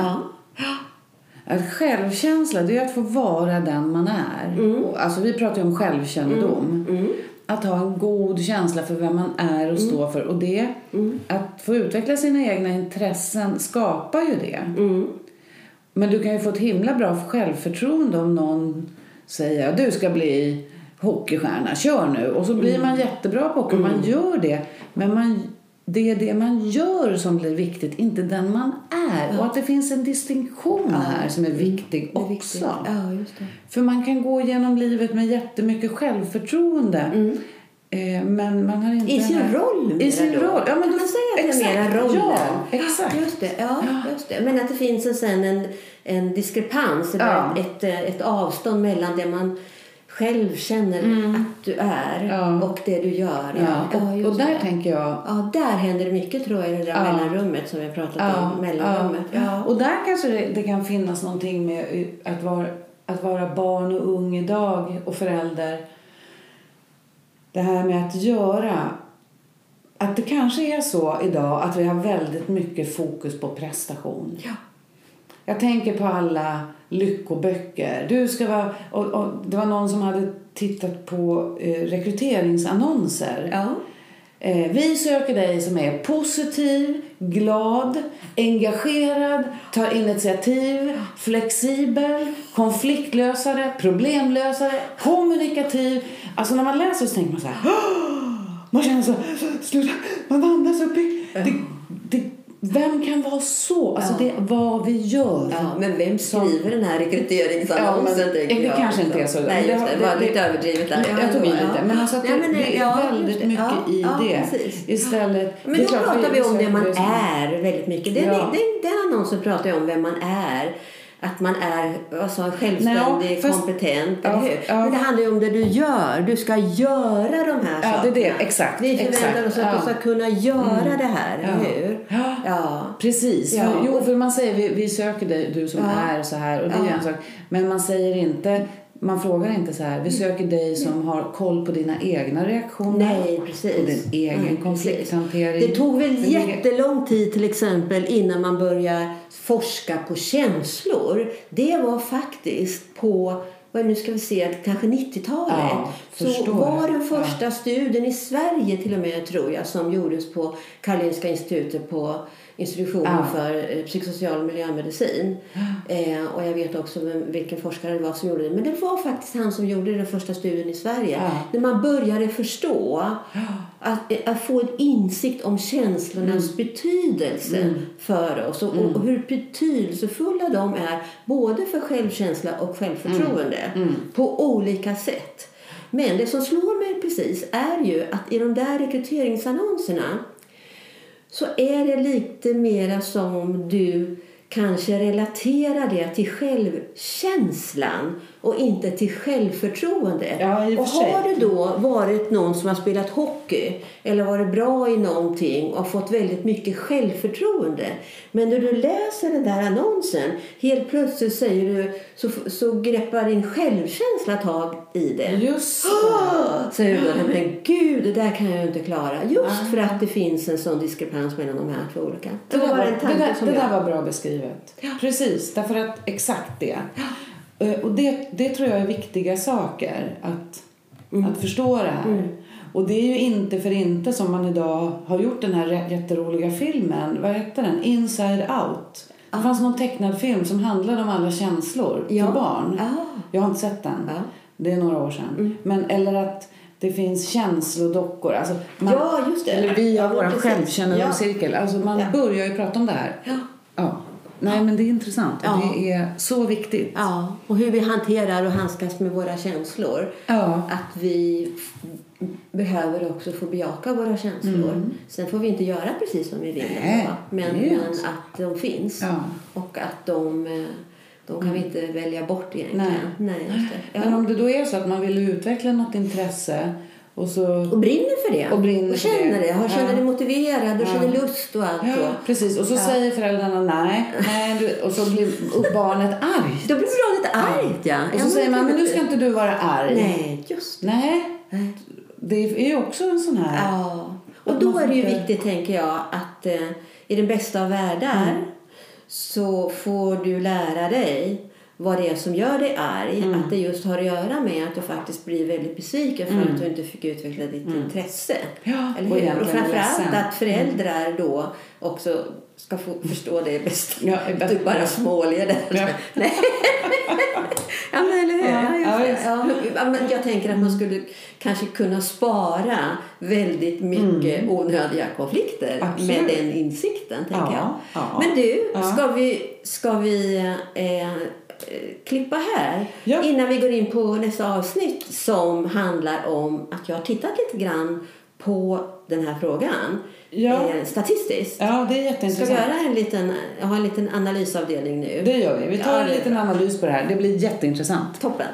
Speaker 1: Att självkänsla, det är att få vara den man är. Alltså vi pratar ju om självkännedom. Att ha en god känsla för vem man är och står för. Och att få utveckla sina egna intressen skapar ju det. Men du kan ju få ett himla bra självförtroende om någon säger att du ska bli hockeystjärna, kör nu. Och så blir man jättebra på hockey, man gör det. Men det är det man gör som blir viktigt, inte den man är. Och att det finns en distinktion här som är viktig också.
Speaker 2: Ja, just det.
Speaker 1: För man kan gå genom livet med jättemycket självförtroende. Men man har inte
Speaker 2: I sin roll.
Speaker 1: I sin roll. Ja, men
Speaker 2: kan man säga att det är mera rollen?
Speaker 1: Ja, exakt.
Speaker 2: Just det. Ja, just det. Men att det finns en diskrepans eller ett avstånd mellan det man själv känner att du är och det du gör.
Speaker 1: Och där tänker jag...
Speaker 2: Ja, där händer det mycket tror jag i det där mellanrummet som vi har pratat om. Mellanrummet. Ja.
Speaker 1: Och där kanske det kan finnas någonting med att vara barn och ung idag och förälder. Det här med att göra... Att det kanske är så idag att vi har väldigt mycket fokus på prestation.
Speaker 2: Ja.
Speaker 1: Jag tänker på alla lyckoböcker. Du ska vara, och det var någon som hade tittat på rekryteringsannonser.
Speaker 2: Ja.
Speaker 1: Vi söker dig som är positiv, glad, engagerad, tar initiativ, flexibel, konfliktlösare, problemlösare, kommunikativ. Alltså när man läser så tänker man så här... Man känner så, sluta, man andas upp i... Vem kan vara så? Alltså det är vad vi gör.
Speaker 2: Ja, men vem skriver den här rekryteringsannonsen?
Speaker 1: Det kanske inte är så.
Speaker 2: Nej, just det var lite överdrivet där.
Speaker 1: Jag tog in lite. Men alltså att det är väldigt mycket i det.
Speaker 2: Precis.
Speaker 1: Istället...
Speaker 2: Men då pratar vi om det man är väldigt mycket. Den annonsen pratar ju om vem man är. Att man är självständig, kompetent. Men det handlar ju om det du gör. Du ska göra de här sakerna.
Speaker 1: Ja, det är det. Exakt.
Speaker 2: Vi förväntar oss att du ska kunna göra det här, hur?
Speaker 1: Ja, precis.
Speaker 2: Ja.
Speaker 1: För man säger vi söker dig, du som är så här. Och det är en sak. Men man säger inte... Man frågar inte så här, vi söker dig som har koll på dina egna reaktioner.
Speaker 2: Nej, precis.
Speaker 1: På din egen konflikthantering.
Speaker 2: Det tog väl jättelång tid till exempel innan man börjar forska på känslor. Det var faktiskt på, nu ska vi se, kanske 90-talet. Så var den första studien i Sverige till och med tror jag som gjordes på Karolinska institutet på institutionen för psykosocial miljömedicin. Och jag vet också vilken forskare det var som gjorde det. Men det var faktiskt han som gjorde den första studien i Sverige. När man började förstå att få en insikt om känslornas betydelse för oss. Och hur betydelsefulla de är både för självkänsla och självförtroende. På olika sätt. Men det som slår mig precis är ju att i de där rekryteringsannonserna så är det lite mera som du kanske relaterar det till självkänslan och inte till självförtroende. Och har det då varit någon som har spelat hockey eller varit bra i någonting och fått väldigt mycket självförtroende. Men när du läser den där annonsen, helt plötsligt säger du så greppar din självkänsla tag i det.
Speaker 1: Just
Speaker 2: säger du då, men gud, det där kan jag ju inte klara. Just för att det finns en sån diskrepans mellan de här två olika.
Speaker 1: Det där var bra beskrivet. Ja. Precis, därför att exakt det. Och det tror jag är viktiga saker att förstå det här. Och det är ju inte för inte som man idag har gjort den här jätteroliga filmen. Vad heter den? Inside Out. Det fanns någon tecknad film som handlade om alla känslor för barn. Jag har inte sett den. Det är några år sedan. Men, eller att det finns känslodockor. Alltså
Speaker 2: just det.
Speaker 1: Eller vi har vår självkännedom-cirkel. Alltså man börjar ju prata om det här. Nej, men det är intressant. Och det är så viktigt.
Speaker 2: Ja, och hur vi hanterar och handskas med våra känslor. Att vi behöver också få bejaka våra känslor. Sen får vi inte göra precis som vi vill. Men att de finns. Och att de kan vi inte välja bort egentligen. Nej, just det.
Speaker 1: Men om det då är så att man vill utveckla något intresse och
Speaker 2: brinner för det. Och känner det. Känner det motiverad och känner lust och allt.
Speaker 1: Precis. Och så säger föräldrarna nej. Och så blir barnet argt.
Speaker 2: Då blir barnet argt,
Speaker 1: Och så säger man, men nu ska inte du vara arg.
Speaker 2: Nej, just det.
Speaker 1: Nej. Det är ju också en sån här...
Speaker 2: Ja. Och då är det ju viktigt, tänker jag, att i den bästa av världar så får du lära dig vad det är som gör dig arg. Att det just har att göra med att du faktiskt blir väldigt besviken för att du inte fick utveckla ditt intresse.
Speaker 1: Ja,
Speaker 2: eller hur? Och framförallt att föräldrar då också ska få förstå det bäst. Ja, du bara småler där. Ja. Nej. Ja, men eller hur? Ja, men jag tänker att man skulle kanske kunna spara väldigt mycket onödiga konflikter. Absolut. Med den insikten, tänker jag. Ja. Men du, ska vi klippa här innan vi går in på nästa avsnitt som handlar om att jag har tittat lite grann på den här frågan statistiskt.
Speaker 1: Ja, det är jätteintressant.
Speaker 2: Ska vi göra en liten analysavdelning nu?
Speaker 1: Det gör vi. Vi tar en liten analys på det här. Det blir jätteintressant.
Speaker 2: Toppen.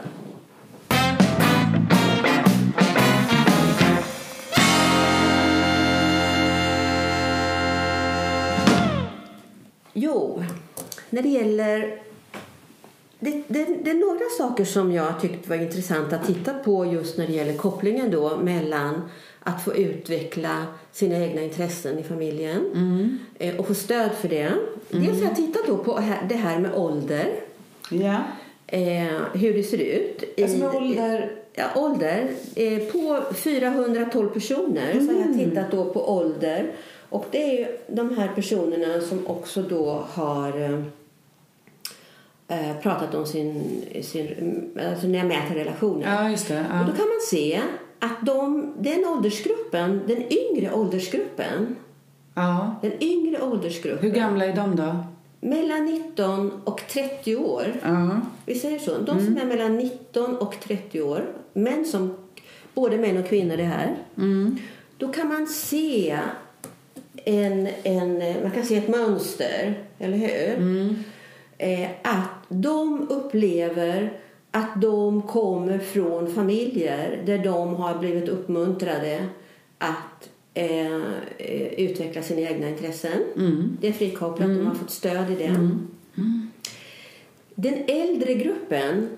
Speaker 2: Jo, när det gäller... Det är några saker som jag tyckte var intressant att titta på just när det gäller kopplingen då mellan att få utveckla sina egna intressen i familjen och få stöd för det. Dels har jag tittat då på det här med ålder. Ja. Hur det ser ut.
Speaker 1: Alltså med ålder?
Speaker 2: Ålder. På 412 personer så har jag tittat då på ålder. Och det är ju de här personerna som också då har... pratat om sin alltså när jag mäter relationer.
Speaker 1: Ja, just det. Ja.
Speaker 2: Och då kan man se att den åldersgruppen, den yngre åldersgruppen.
Speaker 1: Ja.
Speaker 2: Den yngre åldersgruppen.
Speaker 1: Hur gamla är de då?
Speaker 2: Mellan 19 och 30 år.
Speaker 1: Ja.
Speaker 2: Vi säger så. De som är mellan 19 och 30 år, men som både män och kvinnor är här. Då kan man se man kan se ett mönster, eller hur? Att de upplever att de kommer från familjer där de har blivit uppmuntrade att utveckla sina egna intressen. Det är frikopplat, de har fått stöd i det. Den äldre gruppen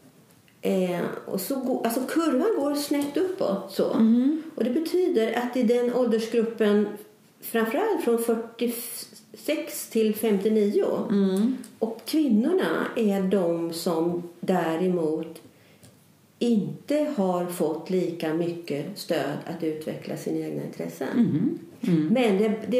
Speaker 2: alltså kurvan går snett uppåt så. Och det betyder att i den åldersgruppen framförallt från 46 till 59 och kvinnorna är de som däremot inte har fått lika mycket stöd att utveckla sina egna intressen. Men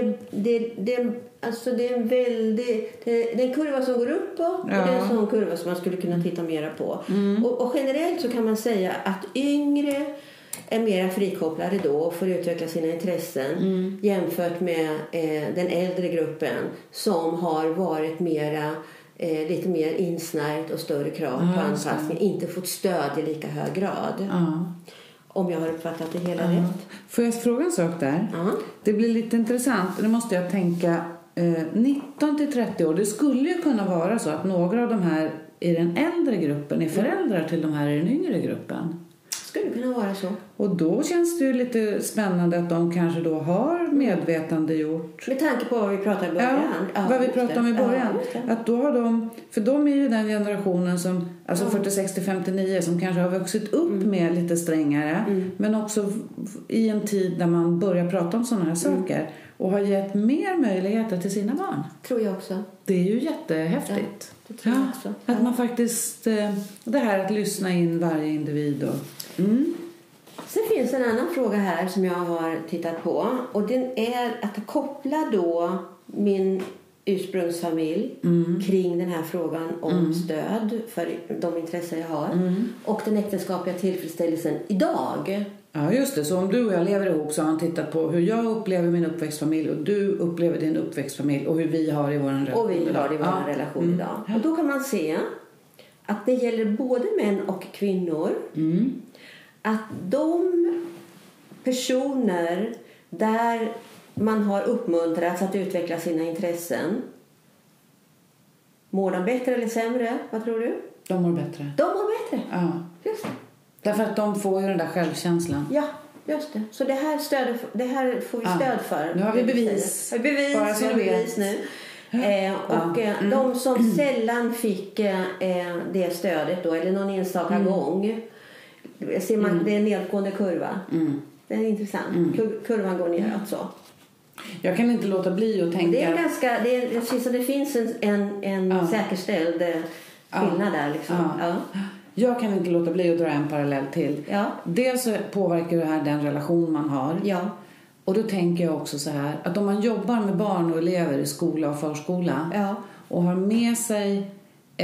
Speaker 2: det är en väldigt det är en kurva som går uppåt och det är en sån kurva som man skulle kunna titta mera på. Och generellt så kan man säga att yngre är mera frikopplade då och får utveckla sina intressen jämfört med den äldre gruppen som har varit lite mer insnärjt och större krav på anpassning, inte fått stöd i lika hög grad. Om jag har uppfattat det hela rätt.
Speaker 1: Får jag fråga en sak där? Det blir lite intressant. Nu måste jag tänka 19 till 30 år. Det skulle ju kunna vara så att några av de här i den äldre gruppen är föräldrar till de här i den yngre gruppen.
Speaker 2: Skulle kunna vara så.
Speaker 1: Och då känns det ju lite spännande att de kanske då har medvetande gjort.
Speaker 2: Med tanke på vad vi pratade i början.
Speaker 1: Vad vi pratade om i början. Att då har de, för de är ju den generationen som, alltså 46 till 59 som kanske har vuxit upp med lite strängare. Men också i en tid där man börjar prata om sådana här saker. Och har gett mer möjligheter till sina barn.
Speaker 2: Tror jag också.
Speaker 1: Det är ju jättehäftigt.
Speaker 2: Det tror jag också.
Speaker 1: Att man faktiskt, det här att lyssna in varje individ och...
Speaker 2: Sen finns en annan fråga här som jag har tittat på. Och den är att koppla då min ursprungsfamilj kring den här frågan om stöd för de intressen jag har. Och den äktenskapliga tillfredsställelsen idag.
Speaker 1: Ja, just det. Så om du och jag lever ihop så har man tittat på hur jag upplever min uppväxtfamilj och du upplever din uppväxtfamilj och hur vi har i vår relation.
Speaker 2: Och vi har i vår relation idag. Och då kan man se att det gäller både män och kvinnor. Att de personer där man har uppmuntrats att utveckla sina intressen, mår de bättre eller sämre? Vad tror du?
Speaker 1: De mår bättre.
Speaker 2: De mår bättre?
Speaker 1: Ja.
Speaker 2: Just det.
Speaker 1: Därför att de får ju den där självkänslan.
Speaker 2: Ja, just det. Så det här får vi stöd för.
Speaker 1: Nu har vi bevis.
Speaker 2: Bara så du vet nu. De som sällan fick det stödet då, eller någon enstaka gång, ser man, det är en nedgående kurva. Det är intressant. Kurvan går neråt så.
Speaker 1: Jag kan inte låta bli att tänka...
Speaker 2: Det är det finns en säkerställd skillnad där liksom. Ja.
Speaker 1: Jag kan inte låta bli att dra en parallell till.
Speaker 2: Ja.
Speaker 1: Dels så påverkar det här den relation man har.
Speaker 2: Ja.
Speaker 1: Och då tänker jag också så här, att om man jobbar med barn och elever i skola och förskola och har med sig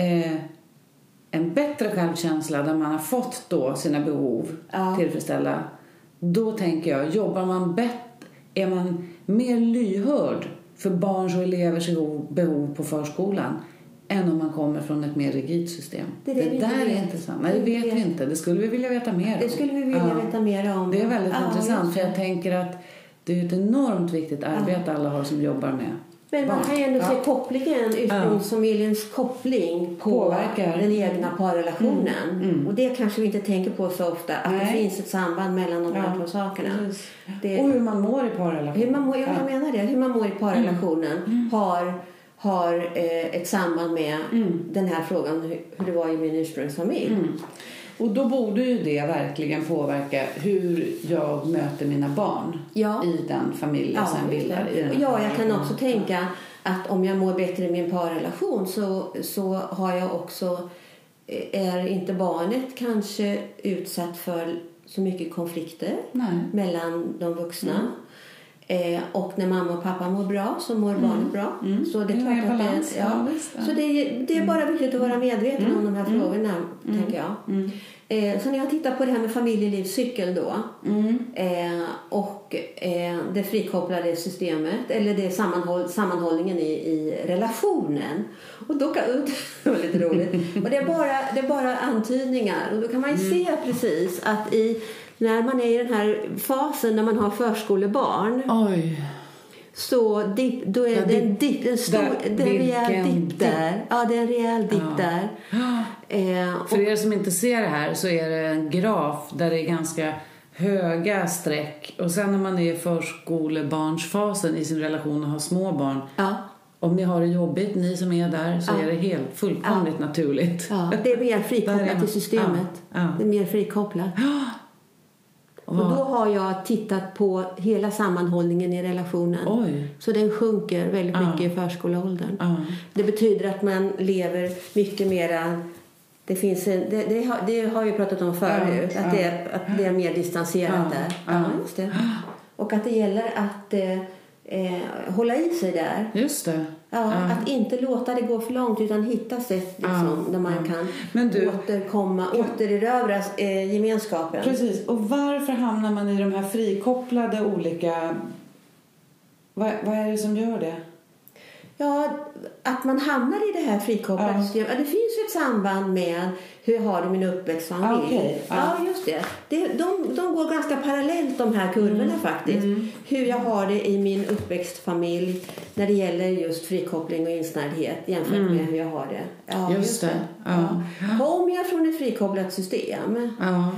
Speaker 1: en bättre självkänsla där man har fått då sina behov tillfredsställda, då tänker jag, jobbar man bättre, är man mer lyhörd för barns och elevers behov på förskolan än om man kommer från ett mer rigidt system. Det där är intressant. Nej, det vet vi inte. Det skulle vi vilja veta mer om.
Speaker 2: Det skulle vi vilja veta mer om.
Speaker 1: Det är väldigt intressant, för jag tänker att det är ett enormt viktigt arbete alla har som jobbar med.
Speaker 2: Men man kan ju ändå se kopplingen, ursprungsfamiljens koppling påverkar den egna parrelationen. Och det kanske vi inte tänker på så ofta, att det finns ett samband mellan de här två sakerna.
Speaker 1: Och hur man mår i parrelationen.
Speaker 2: Jag menar det. Hur man mår i parrelationen har ett samband med den här frågan, hur det var i min ursprungsfamilj.
Speaker 1: Och då borde ju det verkligen påverka hur jag möter mina barn i den familjen som bildar.
Speaker 2: Jag kan också tänka att om jag mår bättre i min parrelation så har jag också, är inte barnet kanske utsatt för så mycket konflikter mellan de vuxna. Och när mamma och pappa mår bra så mår barnet bra. Så det är klart att balans, så det är bara viktigt att vara medveten om de här frågorna, tänker jag. Så när jag tittar på det här med familjelivscykel då och det frikopplade systemet, eller det sammanhållningen i relationen, och då kan det var lite roligt, och det är bara antydningar, och då kan man ju se precis att när man är i den här fasen när man har förskolebarn, så då är det en rejäl dipp där. Ja, det är en rejäl dipp där.
Speaker 1: För er som inte ser det här så är det en graf där det är ganska höga streck. Och sen när man är i förskolebarnsfasen i sin relation och har små barn. Om ni har det jobbigt, ni som är där, så är det helt fullkomligt naturligt.
Speaker 2: Det är mer frikopplat till systemet. Det är mer frikopplat. Och då har jag tittat på hela sammanhållningen i relationen. Så den sjunker väldigt mycket i förskoleåldern. Det betyder att man lever mycket mera. Det finns det har vi pratat om förut, att det är mer distanserat där. Just det. Och att det gäller att hålla i sig där.
Speaker 1: Just det.
Speaker 2: Att inte låta det gå för långt, utan hitta sätt liksom, där man kan återerövra gemenskapen.
Speaker 1: Precis. Och varför hamnar man i de här frikopplade olika... Vad är det som gör det?
Speaker 2: Ja, att man hamnar i det här frikopplade systemet. Det finns ju ett samband med hur har du min uppväxtfamilj. Ja, just det. De går ganska parallellt, de här kurvorna faktiskt. Hur jag har det i min uppväxtfamilj när det gäller just frikoppling och insnärdhet jämfört med hur jag har det. Ja, just det. Om jag från ett frikopplat system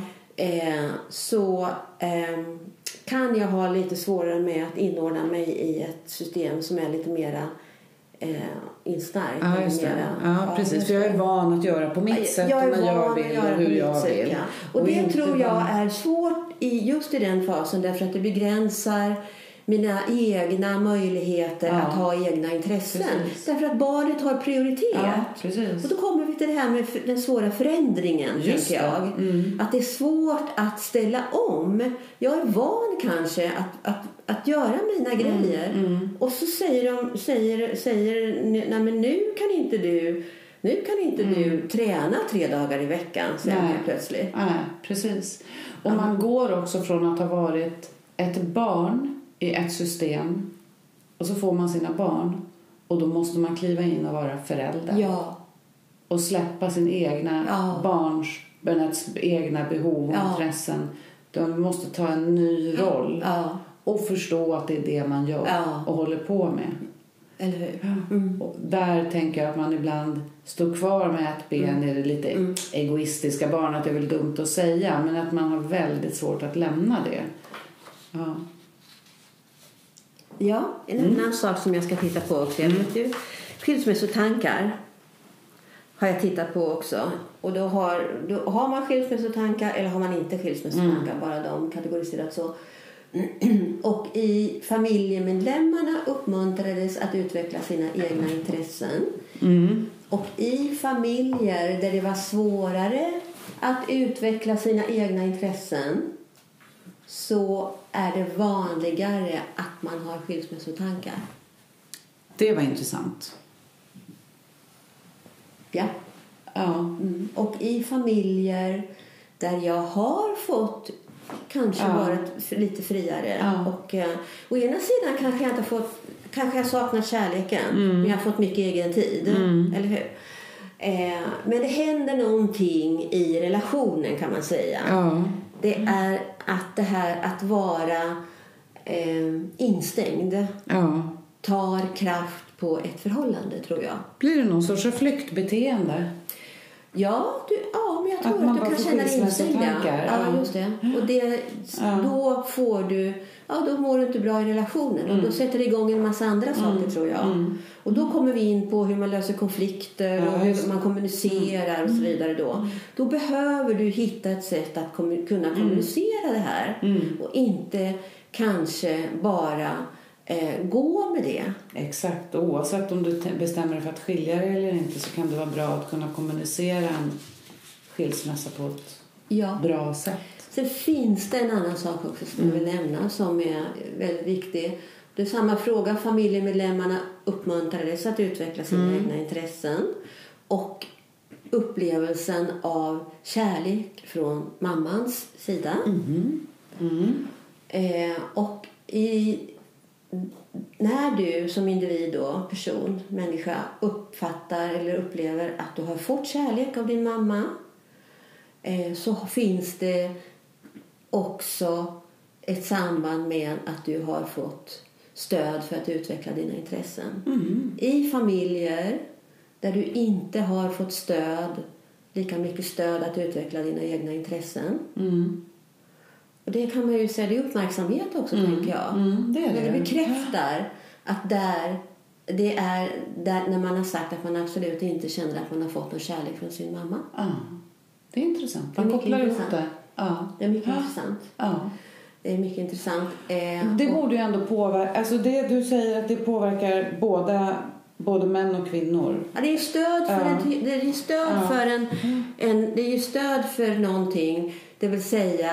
Speaker 2: så kan jag ha lite svårare med att inordna mig i ett system som är lite mera insnärkt.
Speaker 1: Precis. För jag är van att göra på mitt sätt,
Speaker 2: jag
Speaker 1: när jag vill och hur jag vill.
Speaker 2: Och det tror jag är svårt just i den fasen, därför att det begränsar mina egna möjligheter att ha egna intressen. Precis. Därför att barnet har prioritet. Och då kommer vi till det här med den svåra förändringen, tänker jag. Att det är svårt att ställa om. Jag är van kanske att göra mina grejer. Och så säger nej, men nu kan inte du träna 3 dagar i veckan, säger jag plötsligt.
Speaker 1: Nej, precis. Och man går också från att ha varit ett barn i ett system, och så får man sina barn, och då måste man kliva in och vara förälder. Och släppa sin egna barnets egna behov och intressen. De måste ta en ny roll och förstå att det är det man gör och håller på med.
Speaker 2: Eller hur?
Speaker 1: Och där tänker jag att man ibland står kvar med ett ben i det lite egoistiska barnet. Det är väl dumt att säga, men att man har väldigt svårt att lämna det.
Speaker 2: En annan sak som jag ska titta på också. Jag vet ju, skilsmässotankar har jag tittat på också. Och då har man skilsmässotankar eller har man inte skilsmässotankar. Bara de kategoriserat så. Och i familjemedlemmarna uppmuntrades att utveckla sina egna intressen. Och i familjer där det var svårare att utveckla sina egna intressen så är det vanligare att man har skilsmässotankar.
Speaker 1: Det var intressant.
Speaker 2: Ja. Och i familjer där jag har fått kanske varit lite friare och å ena sidan kanske jag inte har fått, kanske jag saknar kärleken men jag har fått mycket egen tid, eller hur? Men det händer någonting i relationen, kan man säga. Det är att det här att vara instängd tar kraft på ett förhållande, tror jag.
Speaker 1: Blir det någon sorts flyktbeteende?
Speaker 2: Ja, men jag tror att du kan känna dig instängd. Ja, just det. Och då får du, då mår du inte bra i relationen. Och då sätter det igång en massa andra saker, tror jag. Och då kommer vi in på hur man löser konflikter och hur man kommunicerar och så vidare då. Då behöver du hitta ett sätt att kunna kommunicera det här. Och inte kanske bara gå med det.
Speaker 1: Exakt. Oavsett om du bestämmer dig för att skilja dig eller inte, så kan det vara bra att kunna kommunicera en skilsmässa på ett bra sätt.
Speaker 2: Sen finns det en annan sak också som jag vill nämna som är väldigt viktig. Det är samma fråga. Familjemedlemmarna uppmuntrades att utveckla sina egna intressen. Och upplevelsen av kärlek från mammans sida. Och när du som individ då, person, människa, uppfattar eller upplever att du har fått kärlek av din mamma, så finns det också ett samband med att du har fått stöd för att utveckla dina intressen. I familjer där du inte har fått lika mycket stöd att utveckla dina egna intressen. Och det kan man ju säga, det är uppmärksamhet också, tänker jag. Men det bekräftar att det är där när man har sagt att man absolut inte känner att man har fått någon kärlek från sin mamma.
Speaker 1: Det är intressant. Man kopplar ihop det.
Speaker 2: Det är mycket intressant. Det är mycket intressant.
Speaker 1: Det borde ju ändå påverka, alltså det du säger att det påverkar både män och kvinnor.
Speaker 2: Ja, det är stöd för det är ju stöd för någonting. Det vill säga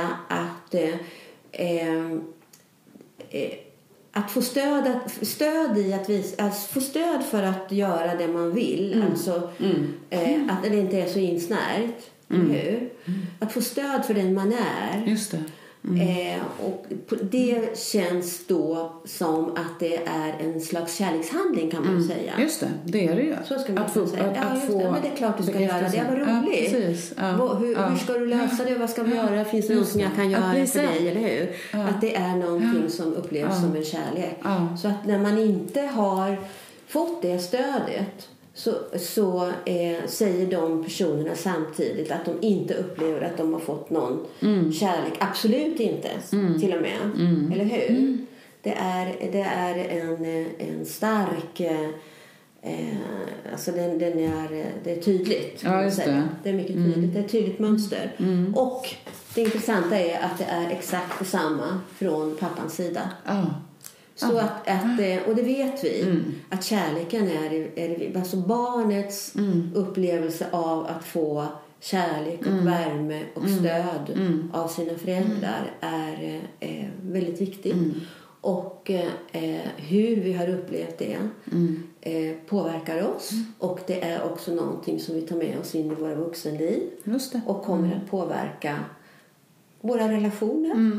Speaker 2: att få stöd i att få stöd för att göra det man vill. Alltså att det inte är så insnärjt. Hur? Att få stöd för den man är.
Speaker 1: Just det.
Speaker 2: Och det känns då som att det är en slags kärlekshandling, kan man säga.
Speaker 1: Just det är det ju.
Speaker 2: Så ska man säga. Men det är klart du ska göra det. Vad roligt. Hur ska du lösa det? Vad ska vi göra? Finns det någonting jag kan göra för dig, eller hur? Att det är någonting som upplevs som en kärlek. Så att när man inte har fått det stödet, så säger de personerna samtidigt att de inte upplever att de har fått någon kärlek. Absolut inte, till och med. Eller hur? Det är en stark... alltså det är tydligt.
Speaker 1: Ja, just det.
Speaker 2: Det är mycket tydligt. Det är ett tydligt mönster. Och det intressanta är att det är exakt detsamma från pappans sida. Så och det vet vi, att kärleken är alltså barnets upplevelse av att få kärlek och värme och stöd av sina föräldrar är väldigt viktigt. Och hur vi har upplevt det påverkar oss. Och det är också någonting som vi tar med oss in i våra vuxenliv.
Speaker 1: Just det.
Speaker 2: Och kommer att påverka våra relationer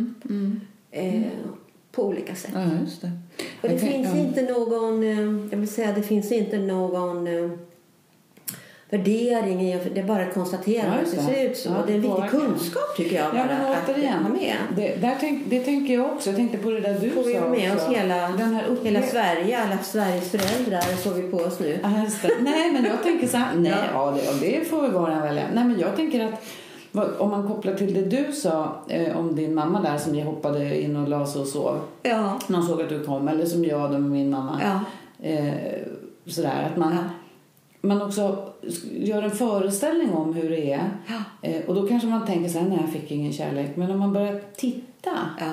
Speaker 2: på olika sätt.
Speaker 1: Ja, just det.
Speaker 2: Och det finns inte någon, jag vill säga, det finns inte någon värdering i, det är bara att konstatera att det ser ut så. Det är en viktig kunskap, tycker jag, bara att ha med.
Speaker 1: Det tänker jag också. Jag tänkte på det där du sa.
Speaker 2: Får vi med oss hela Sverige, alla Sveriges föräldrar får vi på oss nu.
Speaker 1: Nej, men jag tänker så här, det får vi vara välja. Nej, men jag tänker att om man kopplar till det du sa om din mamma där som jag hoppade in och la sig och sov.
Speaker 2: Ja.
Speaker 1: Någon såg att du kom, eller som jag då med min mamma.
Speaker 2: Ja.
Speaker 1: Sådär, att man också gör en föreställning om hur det är.
Speaker 2: Ja.
Speaker 1: Och då kanske man tänker så här, nej, jag fick ingen kärlek. Men om man börjar titta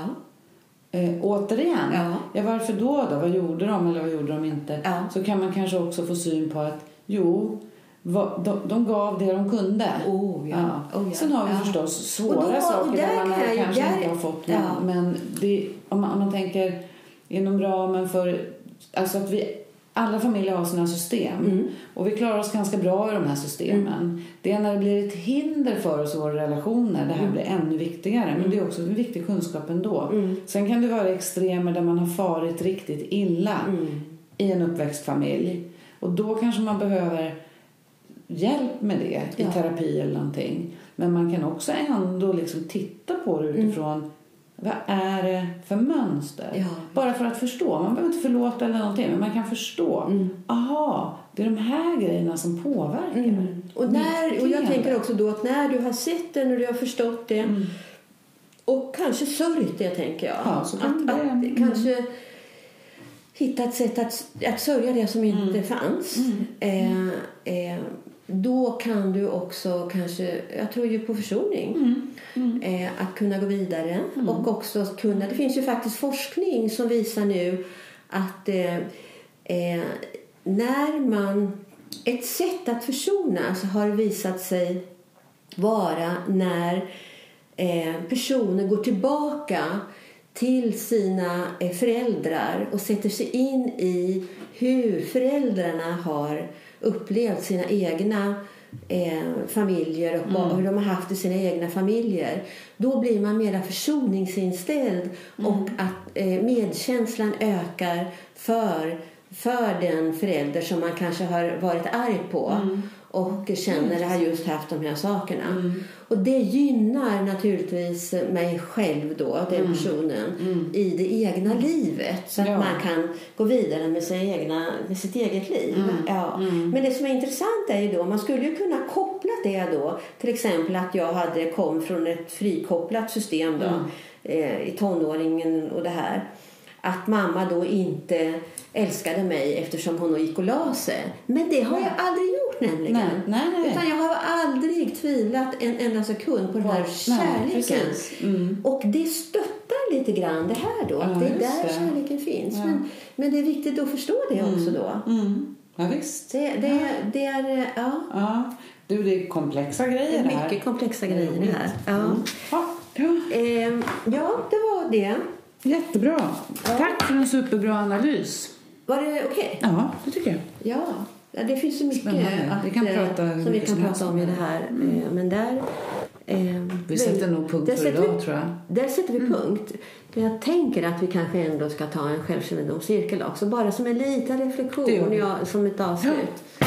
Speaker 1: återigen. Ja, varför då? Vad gjorde de eller vad gjorde de inte? Ja. Så kan man kanske också få syn på att de gav det de kunde. Sen har vi förstås svåra saker där man kanske inte har fått. Men om man tänker inom ramen för... Alltså att alla familjer har sina system. Och vi klarar oss ganska bra i de här systemen. Det är när det blir ett hinder för oss och våra relationer. Det här blir ännu viktigare. Men det är också en viktig kunskap ändå. Sen kan det vara extremer där man har farit riktigt illa i en uppväxtfamilj. Och då kanske man behöver hjälp med det i terapi eller någonting. Men man kan också ändå liksom titta på det utifrån vad är det för mönster? Bara för att förstå. Man behöver inte förlåta eller någonting, men man kan förstå. Aha, det är de här grejerna som påverkar.
Speaker 2: Och jag tänker också då att när du har sett det, när du har förstått det och kanske sörjt det, tänker jag.
Speaker 1: Ja, så kan det.
Speaker 2: Kanske hitta ett sätt att sörja det som inte fanns. Då kan du också kanske, jag tror ju på försoning, att kunna gå vidare och också kunna, det finns ju faktiskt forskning som visar nu att när man, ett sätt att försonas har visat sig vara när personer går tillbaka till sina föräldrar och sätter sig in i hur föräldrarna har upplevt sina egna familjer och hur de har haft i sina egna familjer. Då blir man mer försoningsinställd och att medkänslan ökar för den förälder som man kanske har varit arg på och känner det har just haft de här sakerna. Och det gynnar naturligtvis mig själv då, den personen, i det egna livet. Så att man kan gå vidare med sitt eget liv. Men det som är intressant är ju då, man skulle ju kunna koppla det då. Till exempel att jag kom från ett frikopplat system då, i tonåringen och det här. Att mamma då inte älskade mig eftersom hon gick och la sig. Men det har jag aldrig gjort nämligen.
Speaker 1: Nej.
Speaker 2: Utan jag har aldrig tvivlat en enda sekund på den här kärleken. Och det stöttar lite grann det här då. Att det är där kärleken finns. Men det är viktigt att förstå det också då.
Speaker 1: Ja, visst.
Speaker 2: Det är,
Speaker 1: Du, det är komplexa grejer det här.
Speaker 2: Mycket komplexa grejer det här. Det var det.
Speaker 1: Jättebra. Tack för en superbra analys.
Speaker 2: Var det okej?
Speaker 1: Ja, det tycker jag.
Speaker 2: Ja, det finns så mycket som vi kan prata om i det här. Men där...
Speaker 1: vi sätter nog punkt för idag, tror jag.
Speaker 2: Där sätter vi punkt. Men jag tänker att vi kanske ändå ska ta en självkännedomscirkel också. Bara som en liten reflektion, som ett avslut. Ja.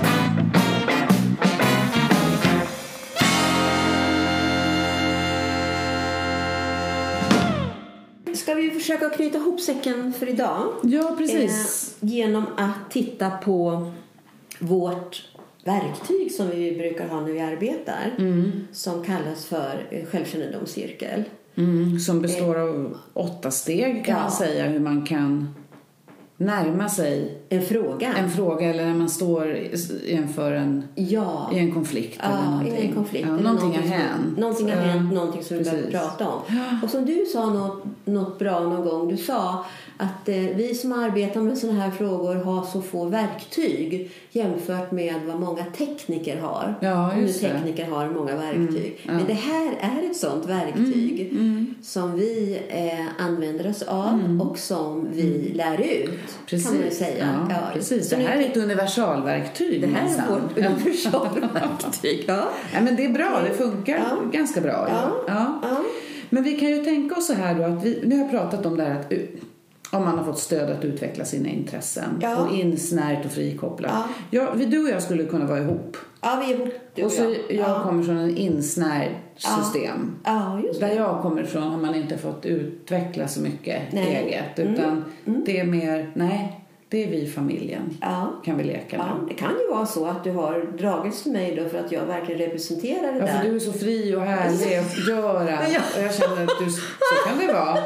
Speaker 2: Ska vi försöka knyta ihop säcken för idag?
Speaker 1: Ja, precis.
Speaker 2: Genom att titta på vårt verktyg som vi brukar ha när vi arbetar. Som kallas för självkännedomscirkel.
Speaker 1: Som består av 8 steg kan man säga, hur man kan närma sig en fråga eller när man står inför i en konflikt eller någonting.
Speaker 2: I en konflikt.
Speaker 1: Någonting har hänt.
Speaker 2: Någonting har hänt, någonting som vi behöver prata om. Och som du sa något bra någon gång, du sa att vi som arbetar med såna här frågor har så få verktyg jämfört med vad många tekniker har.
Speaker 1: Ja, just det.
Speaker 2: Tekniker har många verktyg. Men det här är ett sånt verktyg som vi använder oss av och som vi lär ut.
Speaker 1: Precis.
Speaker 2: Kan man säga.
Speaker 1: Ja, precis. Det här är ett universalverktyg.
Speaker 2: Det här är vårt universalverktyg. Ja,
Speaker 1: men det är bra. Det funkar ganska bra. Ja. Men vi kan ju tänka oss så här då att vi har pratat om det här att om man har fått stöd att utveckla sina intressen och insnärt och frikopplat. Du och jag skulle kunna vara ihop.
Speaker 2: Ja, vi är ihop.
Speaker 1: Och så jag kommer från en insnärd system.
Speaker 2: Just det.
Speaker 1: Där jag kommer ifrån har man inte fått utveckla så mycket eget. Utan det är mer, det är vi familjen. Kan vi leka med.
Speaker 2: Det kan ju vara så att du har dragits till mig då för att jag verkligen representerar det där.
Speaker 1: För du är så fri och härlig och gör allt. Och jag känner att så kan det vara.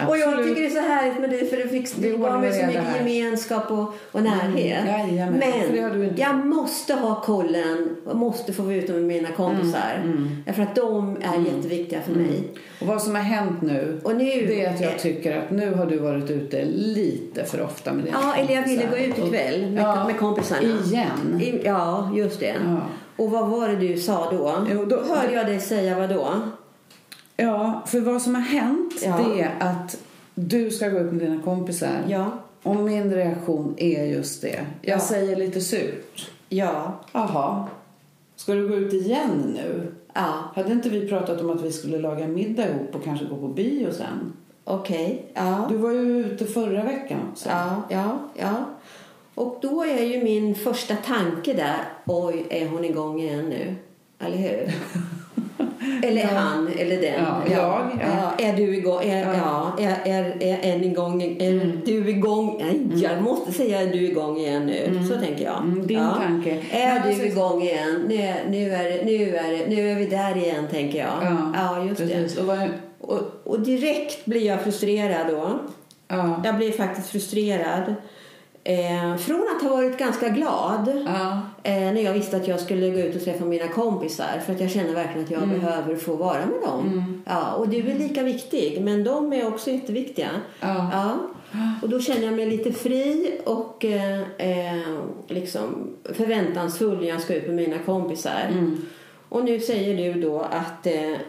Speaker 2: Och jag tycker det är så härligt med dig, för det gav mig så mycket gemenskap och närhet. Men jag måste ha kollen. Jag måste få vara ute med mina kompisar. Därför att de är jätteviktiga för mig.
Speaker 1: Och vad som har hänt nu, det är att jag tycker att nu har du varit ute lite för ofta med dina kompisar.
Speaker 2: Eller jag ville gå ut ikväll med kompisarna.
Speaker 1: Igen.
Speaker 2: Ja, just det. Ja. Och vad var det du sa då? Då hörde jag dig säga vad då?
Speaker 1: Ja, för vad som har hänt det är att du ska gå ut med dina kompisar.
Speaker 2: Ja.
Speaker 1: Och min reaktion är just det. Jag säger lite surt.
Speaker 2: Ja.
Speaker 1: Jaha. Ska du gå ut igen nu?
Speaker 2: Ja.
Speaker 1: Hade inte vi pratat om att vi skulle laga middag ihop och kanske gå på bio sen?
Speaker 2: Okej. Ja.
Speaker 1: Du var ju ute förra veckan också.
Speaker 2: Ja. Och då är ju min första tanke där, oj, är hon igång igen nu? Eller hur? Eller han, eller den.
Speaker 1: Ja.
Speaker 2: Är du igång? Är en igång? Är du igång? Nej, jag måste säga, är du igång igen nu? Så tänker jag.
Speaker 1: Din tanke.
Speaker 2: Är du igång igen? Nu är vi där igen, tänker jag. Ja, just
Speaker 1: precis.
Speaker 2: det. Och direkt blir jag frustrerad då.
Speaker 1: Ja.
Speaker 2: Jag blir faktiskt frustrerad. Från att ha varit ganska glad när jag visste att jag skulle gå ut och träffa mina kompisar, för att jag känner verkligen att jag behöver få vara med dem. Och du är lika viktig, men de är också jätteviktiga. Och då känner jag mig lite fri och liksom förväntansfull när jag ska ut med mina kompisar. Och nu säger du då att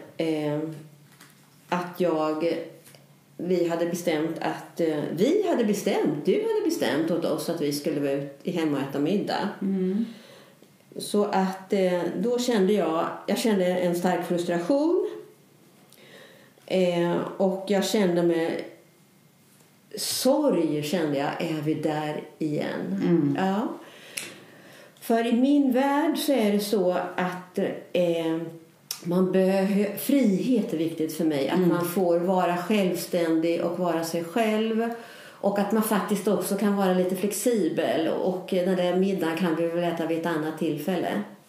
Speaker 2: du hade bestämt åt oss att vi skulle vara hemma och äta middag. Så att då kände jag kände en stark frustration. Och jag kände mig sorg, är vi där igen. Ja. För i min värld så är det så att frihet är viktigt för mig. Att man får vara självständig och vara sig själv. Och att man faktiskt också kan vara lite flexibel. Och den där middagen kan vi väl äta vid ett annat tillfälle.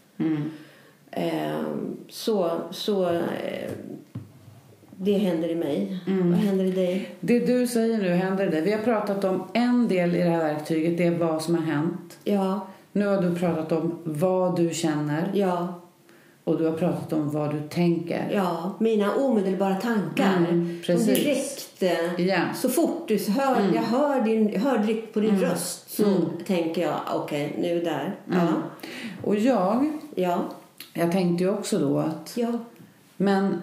Speaker 2: Det händer i mig. Vad händer i dig?
Speaker 1: Det du säger nu händer i dig. Vi har pratat om en del i det här verktyget. Det är vad som har hänt.
Speaker 2: Ja.
Speaker 1: Nu har du pratat om vad du känner.
Speaker 2: Ja.
Speaker 1: Och du har pratat om vad du tänker.
Speaker 2: Ja, mina omedelbara tankar.
Speaker 1: Precis.
Speaker 2: Som direkt, så fort du jag hör direkt på din röst, så tänker jag, okej, nu där.
Speaker 1: Och jag tänkte ju också då att men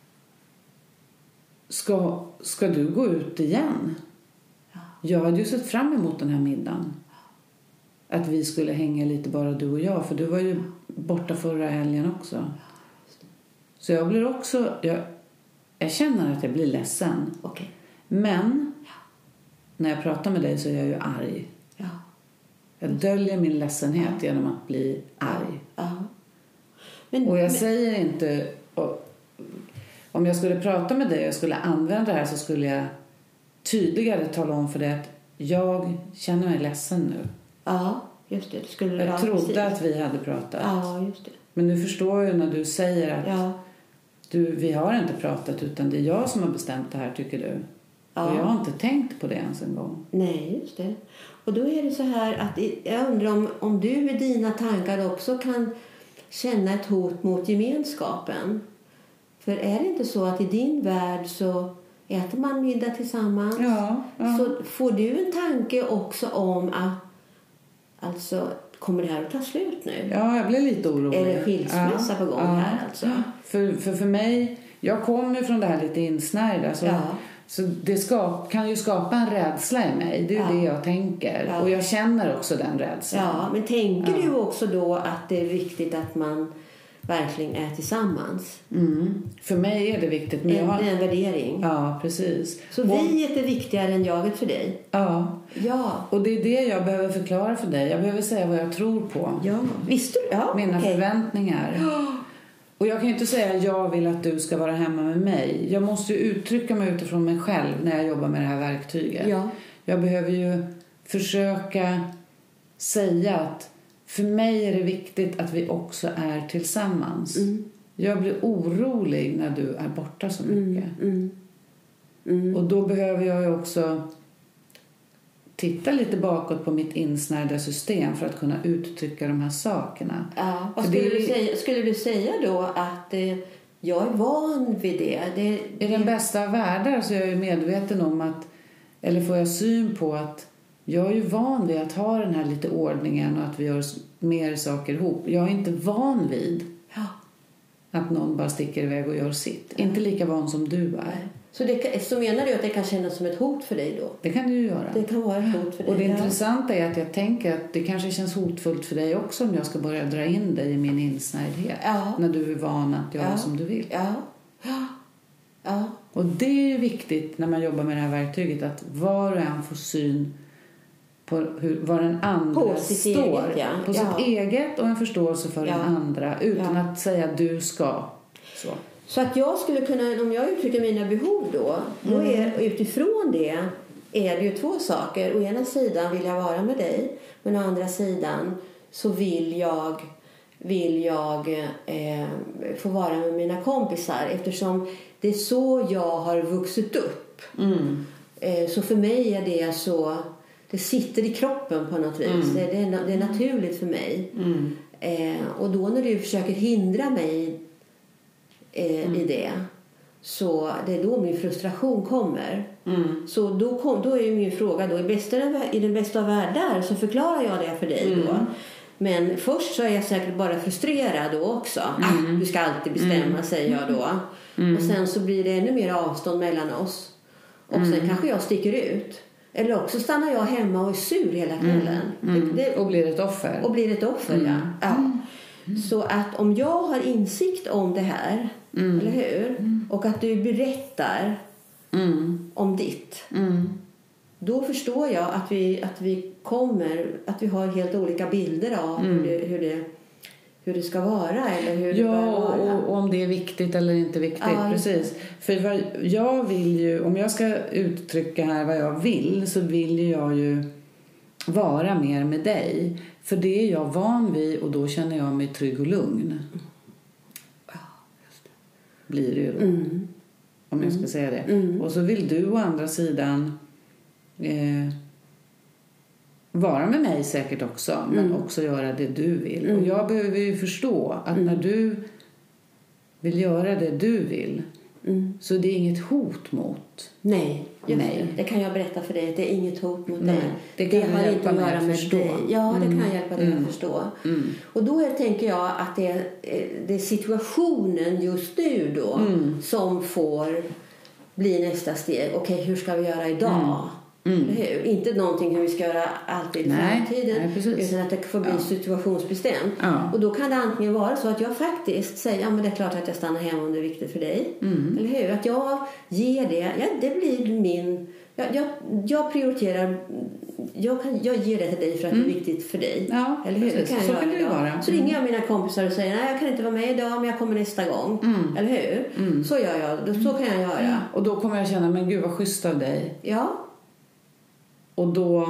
Speaker 1: ska du gå ut igen? Jag hade ju sett fram emot den här middagen. Att vi skulle hänga lite, bara du och jag. För du var ju borta förra helgen också. Så jag blir också... Jag känner att jag blir ledsen.
Speaker 2: Okay.
Speaker 1: Men när jag pratar med dig så är jag ju arg.
Speaker 2: Ja.
Speaker 1: Jag döljer min ledsenhet genom att bli arg.
Speaker 2: Ja.
Speaker 1: Och jag säger inte... Om jag skulle prata med dig och jag skulle använda det här, så skulle jag tydligare tala om för dig att jag känner mig ledsen nu.
Speaker 2: Ja, just det.
Speaker 1: Jag trodde att vi hade pratat.
Speaker 2: Ja, just det.
Speaker 1: Men nu förstår jag när du säger att vi har inte pratat, utan det är jag som har bestämt det här, tycker du. Ja. Och jag har inte tänkt på det ens en gång.
Speaker 2: Nej, just det. Och då är det så här att jag undrar om du i dina tankar också kan känna ett hot mot gemenskapen. För är det inte så att i din värld så äter man middag tillsammans?
Speaker 1: Ja.
Speaker 2: Så får du en tanke också om att alltså, kommer det här att ta slut nu?
Speaker 1: Ja, jag blir lite orolig.
Speaker 2: Är det skilsmässa på gång här alltså?
Speaker 1: För mig, jag kommer från det här lite insnärda. Så det kan ju skapa en rädsla i mig. Det är det jag tänker. Ja. Och jag känner också den rädslan.
Speaker 2: Ja, men tänker du också då att det är viktigt att man verkligen är tillsammans?
Speaker 1: För mig är det viktigt. Men
Speaker 2: det är en värdering.
Speaker 1: Ja, precis.
Speaker 2: Så viet är viktigare än jaget för dig?
Speaker 1: Ja. Och det är det jag behöver förklara för dig. Jag behöver säga vad jag tror på.
Speaker 2: Ja. Visste du? Ja,
Speaker 1: mina förväntningar. Och jag kan ju inte säga att jag vill att du ska vara hemma med mig. Jag måste ju uttrycka mig utifrån mig själv när jag jobbar med det här verktyget.
Speaker 2: Ja.
Speaker 1: Jag behöver ju försöka säga att för mig är det viktigt att vi också är tillsammans. Jag blir orolig när du är borta så mycket. Och då behöver jag ju också titta lite bakåt på mitt insnärjda system för att kunna uttrycka de här sakerna.
Speaker 2: Ja, vad skulle du säga då att jag är van vid det?
Speaker 1: I den bästa av världar så är jag ju medveten om att, eller får jag syn på att jag är ju van vid att ha den här lite ordningen och att vi gör mer saker ihop. Jag är inte van vid att någon bara sticker iväg och gör sitt. Inte lika van som du är.
Speaker 2: Så menar du att det kan kännas som ett hot för dig då?
Speaker 1: Det kan du ju göra.
Speaker 2: Det kan vara ett hot för dig.
Speaker 1: Och det intressanta är att jag tänker att det kanske känns hotfullt för dig också om jag ska börja dra in dig i min insnärjdhet.
Speaker 2: Ja.
Speaker 1: När du är van att göra som du vill.
Speaker 2: Ja.
Speaker 1: Och det är ju viktigt när man jobbar med det här verktyget att var och en får syn på var den andra
Speaker 2: på sitt
Speaker 1: står.
Speaker 2: Eget,
Speaker 1: på sitt eget och en förståelse för den andra utan att säga du ska.
Speaker 2: Så att jag skulle kunna, om jag uttrycker mina behov då är utifrån det är det ju två saker. Å ena sidan vill jag vara med dig, men å andra sidan så vill jag få vara med mina kompisar eftersom det är så jag har vuxit upp. Så för mig är det så, det sitter i kroppen på något vis. Det är naturligt för mig. Och då när du försöker hindra mig i det, så det är då min frustration kommer. Så då är ju min fråga då, i den bästa av världar så förklarar jag det för dig då. Men först så är jag säkert bara frustrerad då också. Du ska alltid bestämma, säger jag då. Och sen så blir det ännu mer avstånd mellan oss. Och sen kanske jag sticker ut. Eller också stannar jag hemma och är sur hela kvällen.
Speaker 1: Och blir ett offer.
Speaker 2: Ja. Så att om jag har insikt om det här, eller hur? Och att du berättar om ditt. Då förstår jag att vi har helt olika bilder av hur det ska vara eller hur det bör vara.
Speaker 1: Och om det är viktigt eller inte viktigt. Precis. För jag vill ju, om jag ska uttrycka här vad jag vill, så vill jag ju vara mer med dig. För det är jag van vid och då känner jag mig trygg och lugn. Blir det ju då. Om jag ska säga det. Och så vill du å andra sidan vara med mig säkert också. Men också göra det du vill. Och jag behöver ju förstå att när du vill göra det du vill, så det är inget hot mot.
Speaker 2: Nej. Det kan jag berätta för dig. Det är inget hot mot dig.
Speaker 1: Det
Speaker 2: har inte att göra med dig. Ja, det kan hjälpa dig att förstå. Och då tänker jag att det är situationen just nu då som får bli nästa steg. Okej, hur ska vi göra idag? Inte någonting hur vi ska göra alltid i framtiden, utan att det får bli situationsbestämt. Och då kan det antingen vara så att jag faktiskt säger men det är klart att jag stannar hemma om det är viktigt för dig. Eller hur? Att jag ger det. Det blir min... Jag prioriterar... Jag ger det till dig för att det är viktigt för dig. Eller hur?
Speaker 1: Precis. Så kan det ju vara.
Speaker 2: Så ringer jag mina kompisar och säger nej, jag kan inte vara med idag, men jag kommer nästa gång. Eller hur? Så gör jag. Så kan jag göra.
Speaker 1: Och då kommer jag känna, men gud vad schysst av dig.
Speaker 2: Ja.
Speaker 1: Och då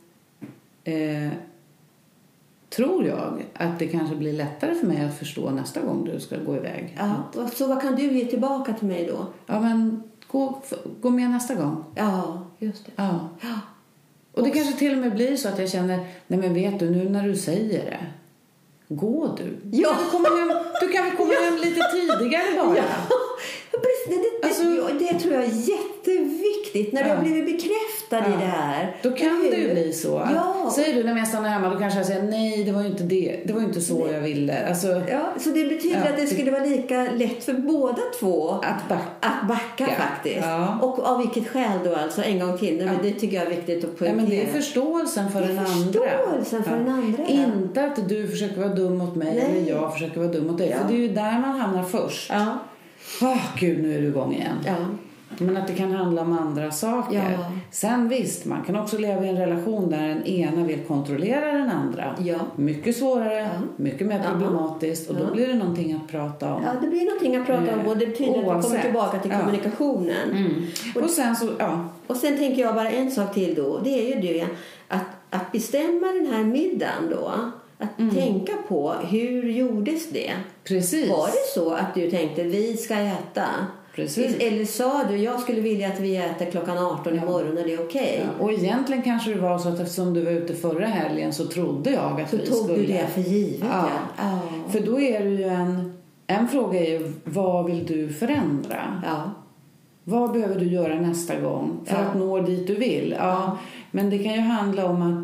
Speaker 1: tror jag att det kanske blir lättare för mig att förstå nästa gång du ska gå iväg.
Speaker 2: Ja, så vad kan du ge tillbaka till mig då?
Speaker 1: Ja, men gå med nästa gång.
Speaker 2: Ja, just det.
Speaker 1: Ja. Och det kanske till och med blir så att jag känner, nej men vet du, nu när du säger det, gå du.
Speaker 2: Ja.
Speaker 1: Du kan väl komma hem lite tidigare bara.
Speaker 2: Ja. Det tror jag är jätteviktigt när du har blivit bekräftad i det här.
Speaker 1: Då kan det ju bli så. Säger du när jag stannar hemma, då kanske jag säger nej, det var ju inte det. Det var ju inte så jag ville. Alltså,
Speaker 2: så det betyder att det skulle vara lika lätt för båda två att backa faktiskt.
Speaker 1: Ja.
Speaker 2: Och av vilket skäl då alltså en gång till. Men det tycker jag är viktigt att poängtera.
Speaker 1: Men det är förståelsen för den andra. Inte att du försöker vara dum mot mig eller jag försöker vara dum mot dig. För det är ju där man hamnar först. Gud, nu är du igång igen. Men att det kan handla om andra saker. Sen visst, man kan också leva i en relation där den ena vill kontrollera den andra. Mycket svårare, mycket mer problematiskt. Och då blir det någonting att prata om.
Speaker 2: Ja, det blir någonting att prata om. Och det betyder att vi kommer tillbaka till kommunikationen. Och sen tänker jag bara en sak till då. Det är ju det att bestämma den här middagen då. Att tänka på hur gjordes det?
Speaker 1: Precis.
Speaker 2: Var det så att du tänkte vi ska äta
Speaker 1: precis.
Speaker 2: Eller sa du, jag skulle vilja att vi äter klockan 18 imorgon, och det är okej.
Speaker 1: Ja. Och egentligen kanske det var så att eftersom du var ute förra helgen så trodde jag att vi skulle. Så
Speaker 2: tog du det för givet.
Speaker 1: Ja. För då är det ju en fråga är ju, vad vill du förändra?
Speaker 2: Ja.
Speaker 1: Vad behöver du göra nästa gång för att nå dit du vill? Ja. Men det kan ju handla om att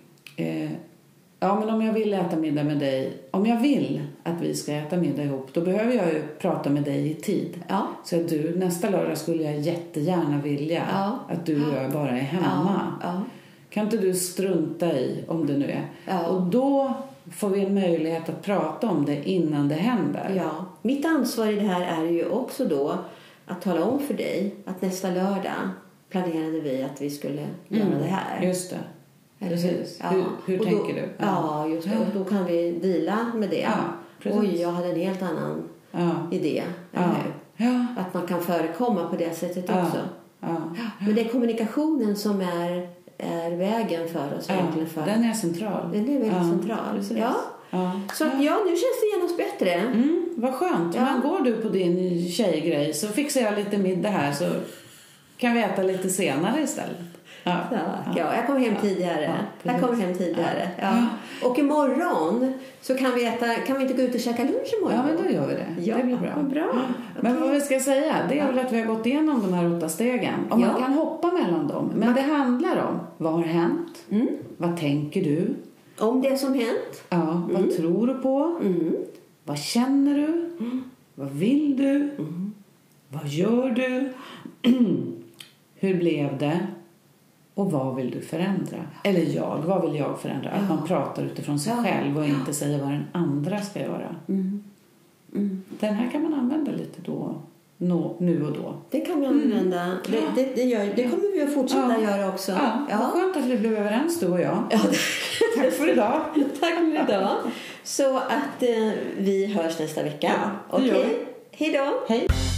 Speaker 1: men om jag vill äta middag med dig, om jag vill att vi ska äta middag ihop, då behöver jag ju prata med dig i tid. Ja. Så att du, nästa lördag skulle jag jättegärna vilja att du och jag bara är hemma. Ja. Kan inte du strunta i om det nu är? Ja. Och då får vi en möjlighet att prata om det innan det händer.
Speaker 2: Ja. Mitt ansvar i det här är ju också då att tala om för dig att nästa lördag planerade vi att vi skulle göra det här.
Speaker 1: Just det. Precis. Ja. Hur tänker du?
Speaker 2: Ja, just det. Och då kan vi dela med det. Ja, oj, jag hade en helt annan idé. Ja. Att man kan förekomma på det sättet också. Ja. Men det är kommunikationen som är vägen för oss.
Speaker 1: Den är central.
Speaker 2: Den är väldigt central.
Speaker 1: Precis.
Speaker 2: Ja. Så att, nu känns det genast bättre.
Speaker 1: Vad skönt. Men går du på din tjejgrej så fixar jag lite middag här, så kan vi äta lite senare istället.
Speaker 2: Ja, jag kommer hem tidigare. Och imorgon så kan vi inte gå ut och käka lunch imorgon?
Speaker 1: Ja, men då gör vi det.
Speaker 2: Ja,
Speaker 1: det blir bra.
Speaker 2: Okay.
Speaker 1: Men vad vi ska säga, det är väl att vi har gått igenom de här 8 stegen. Och man kan hoppa mellan dem. Men det handlar om, vad har hänt? Vad tänker du?
Speaker 2: Om det som hänt.
Speaker 1: Ja, vad tror du på? Vad känner du? Vad vill du? Vad gör du? Hur blev det? Och vad vill du förändra? Eller vad vill jag förändra? Att man pratar utifrån sig själv och inte säger vad den andra ska göra. Den här kan man använda lite nu och då.
Speaker 2: Det kan vi använda. Det kommer vi att fortsätta göra också.
Speaker 1: Vad skönt att vi blev överens, du och jag. Tack för idag.
Speaker 2: Tack för idag. Så att vi hörs nästa vecka.
Speaker 1: Okej.
Speaker 2: Hej då.
Speaker 1: Hej.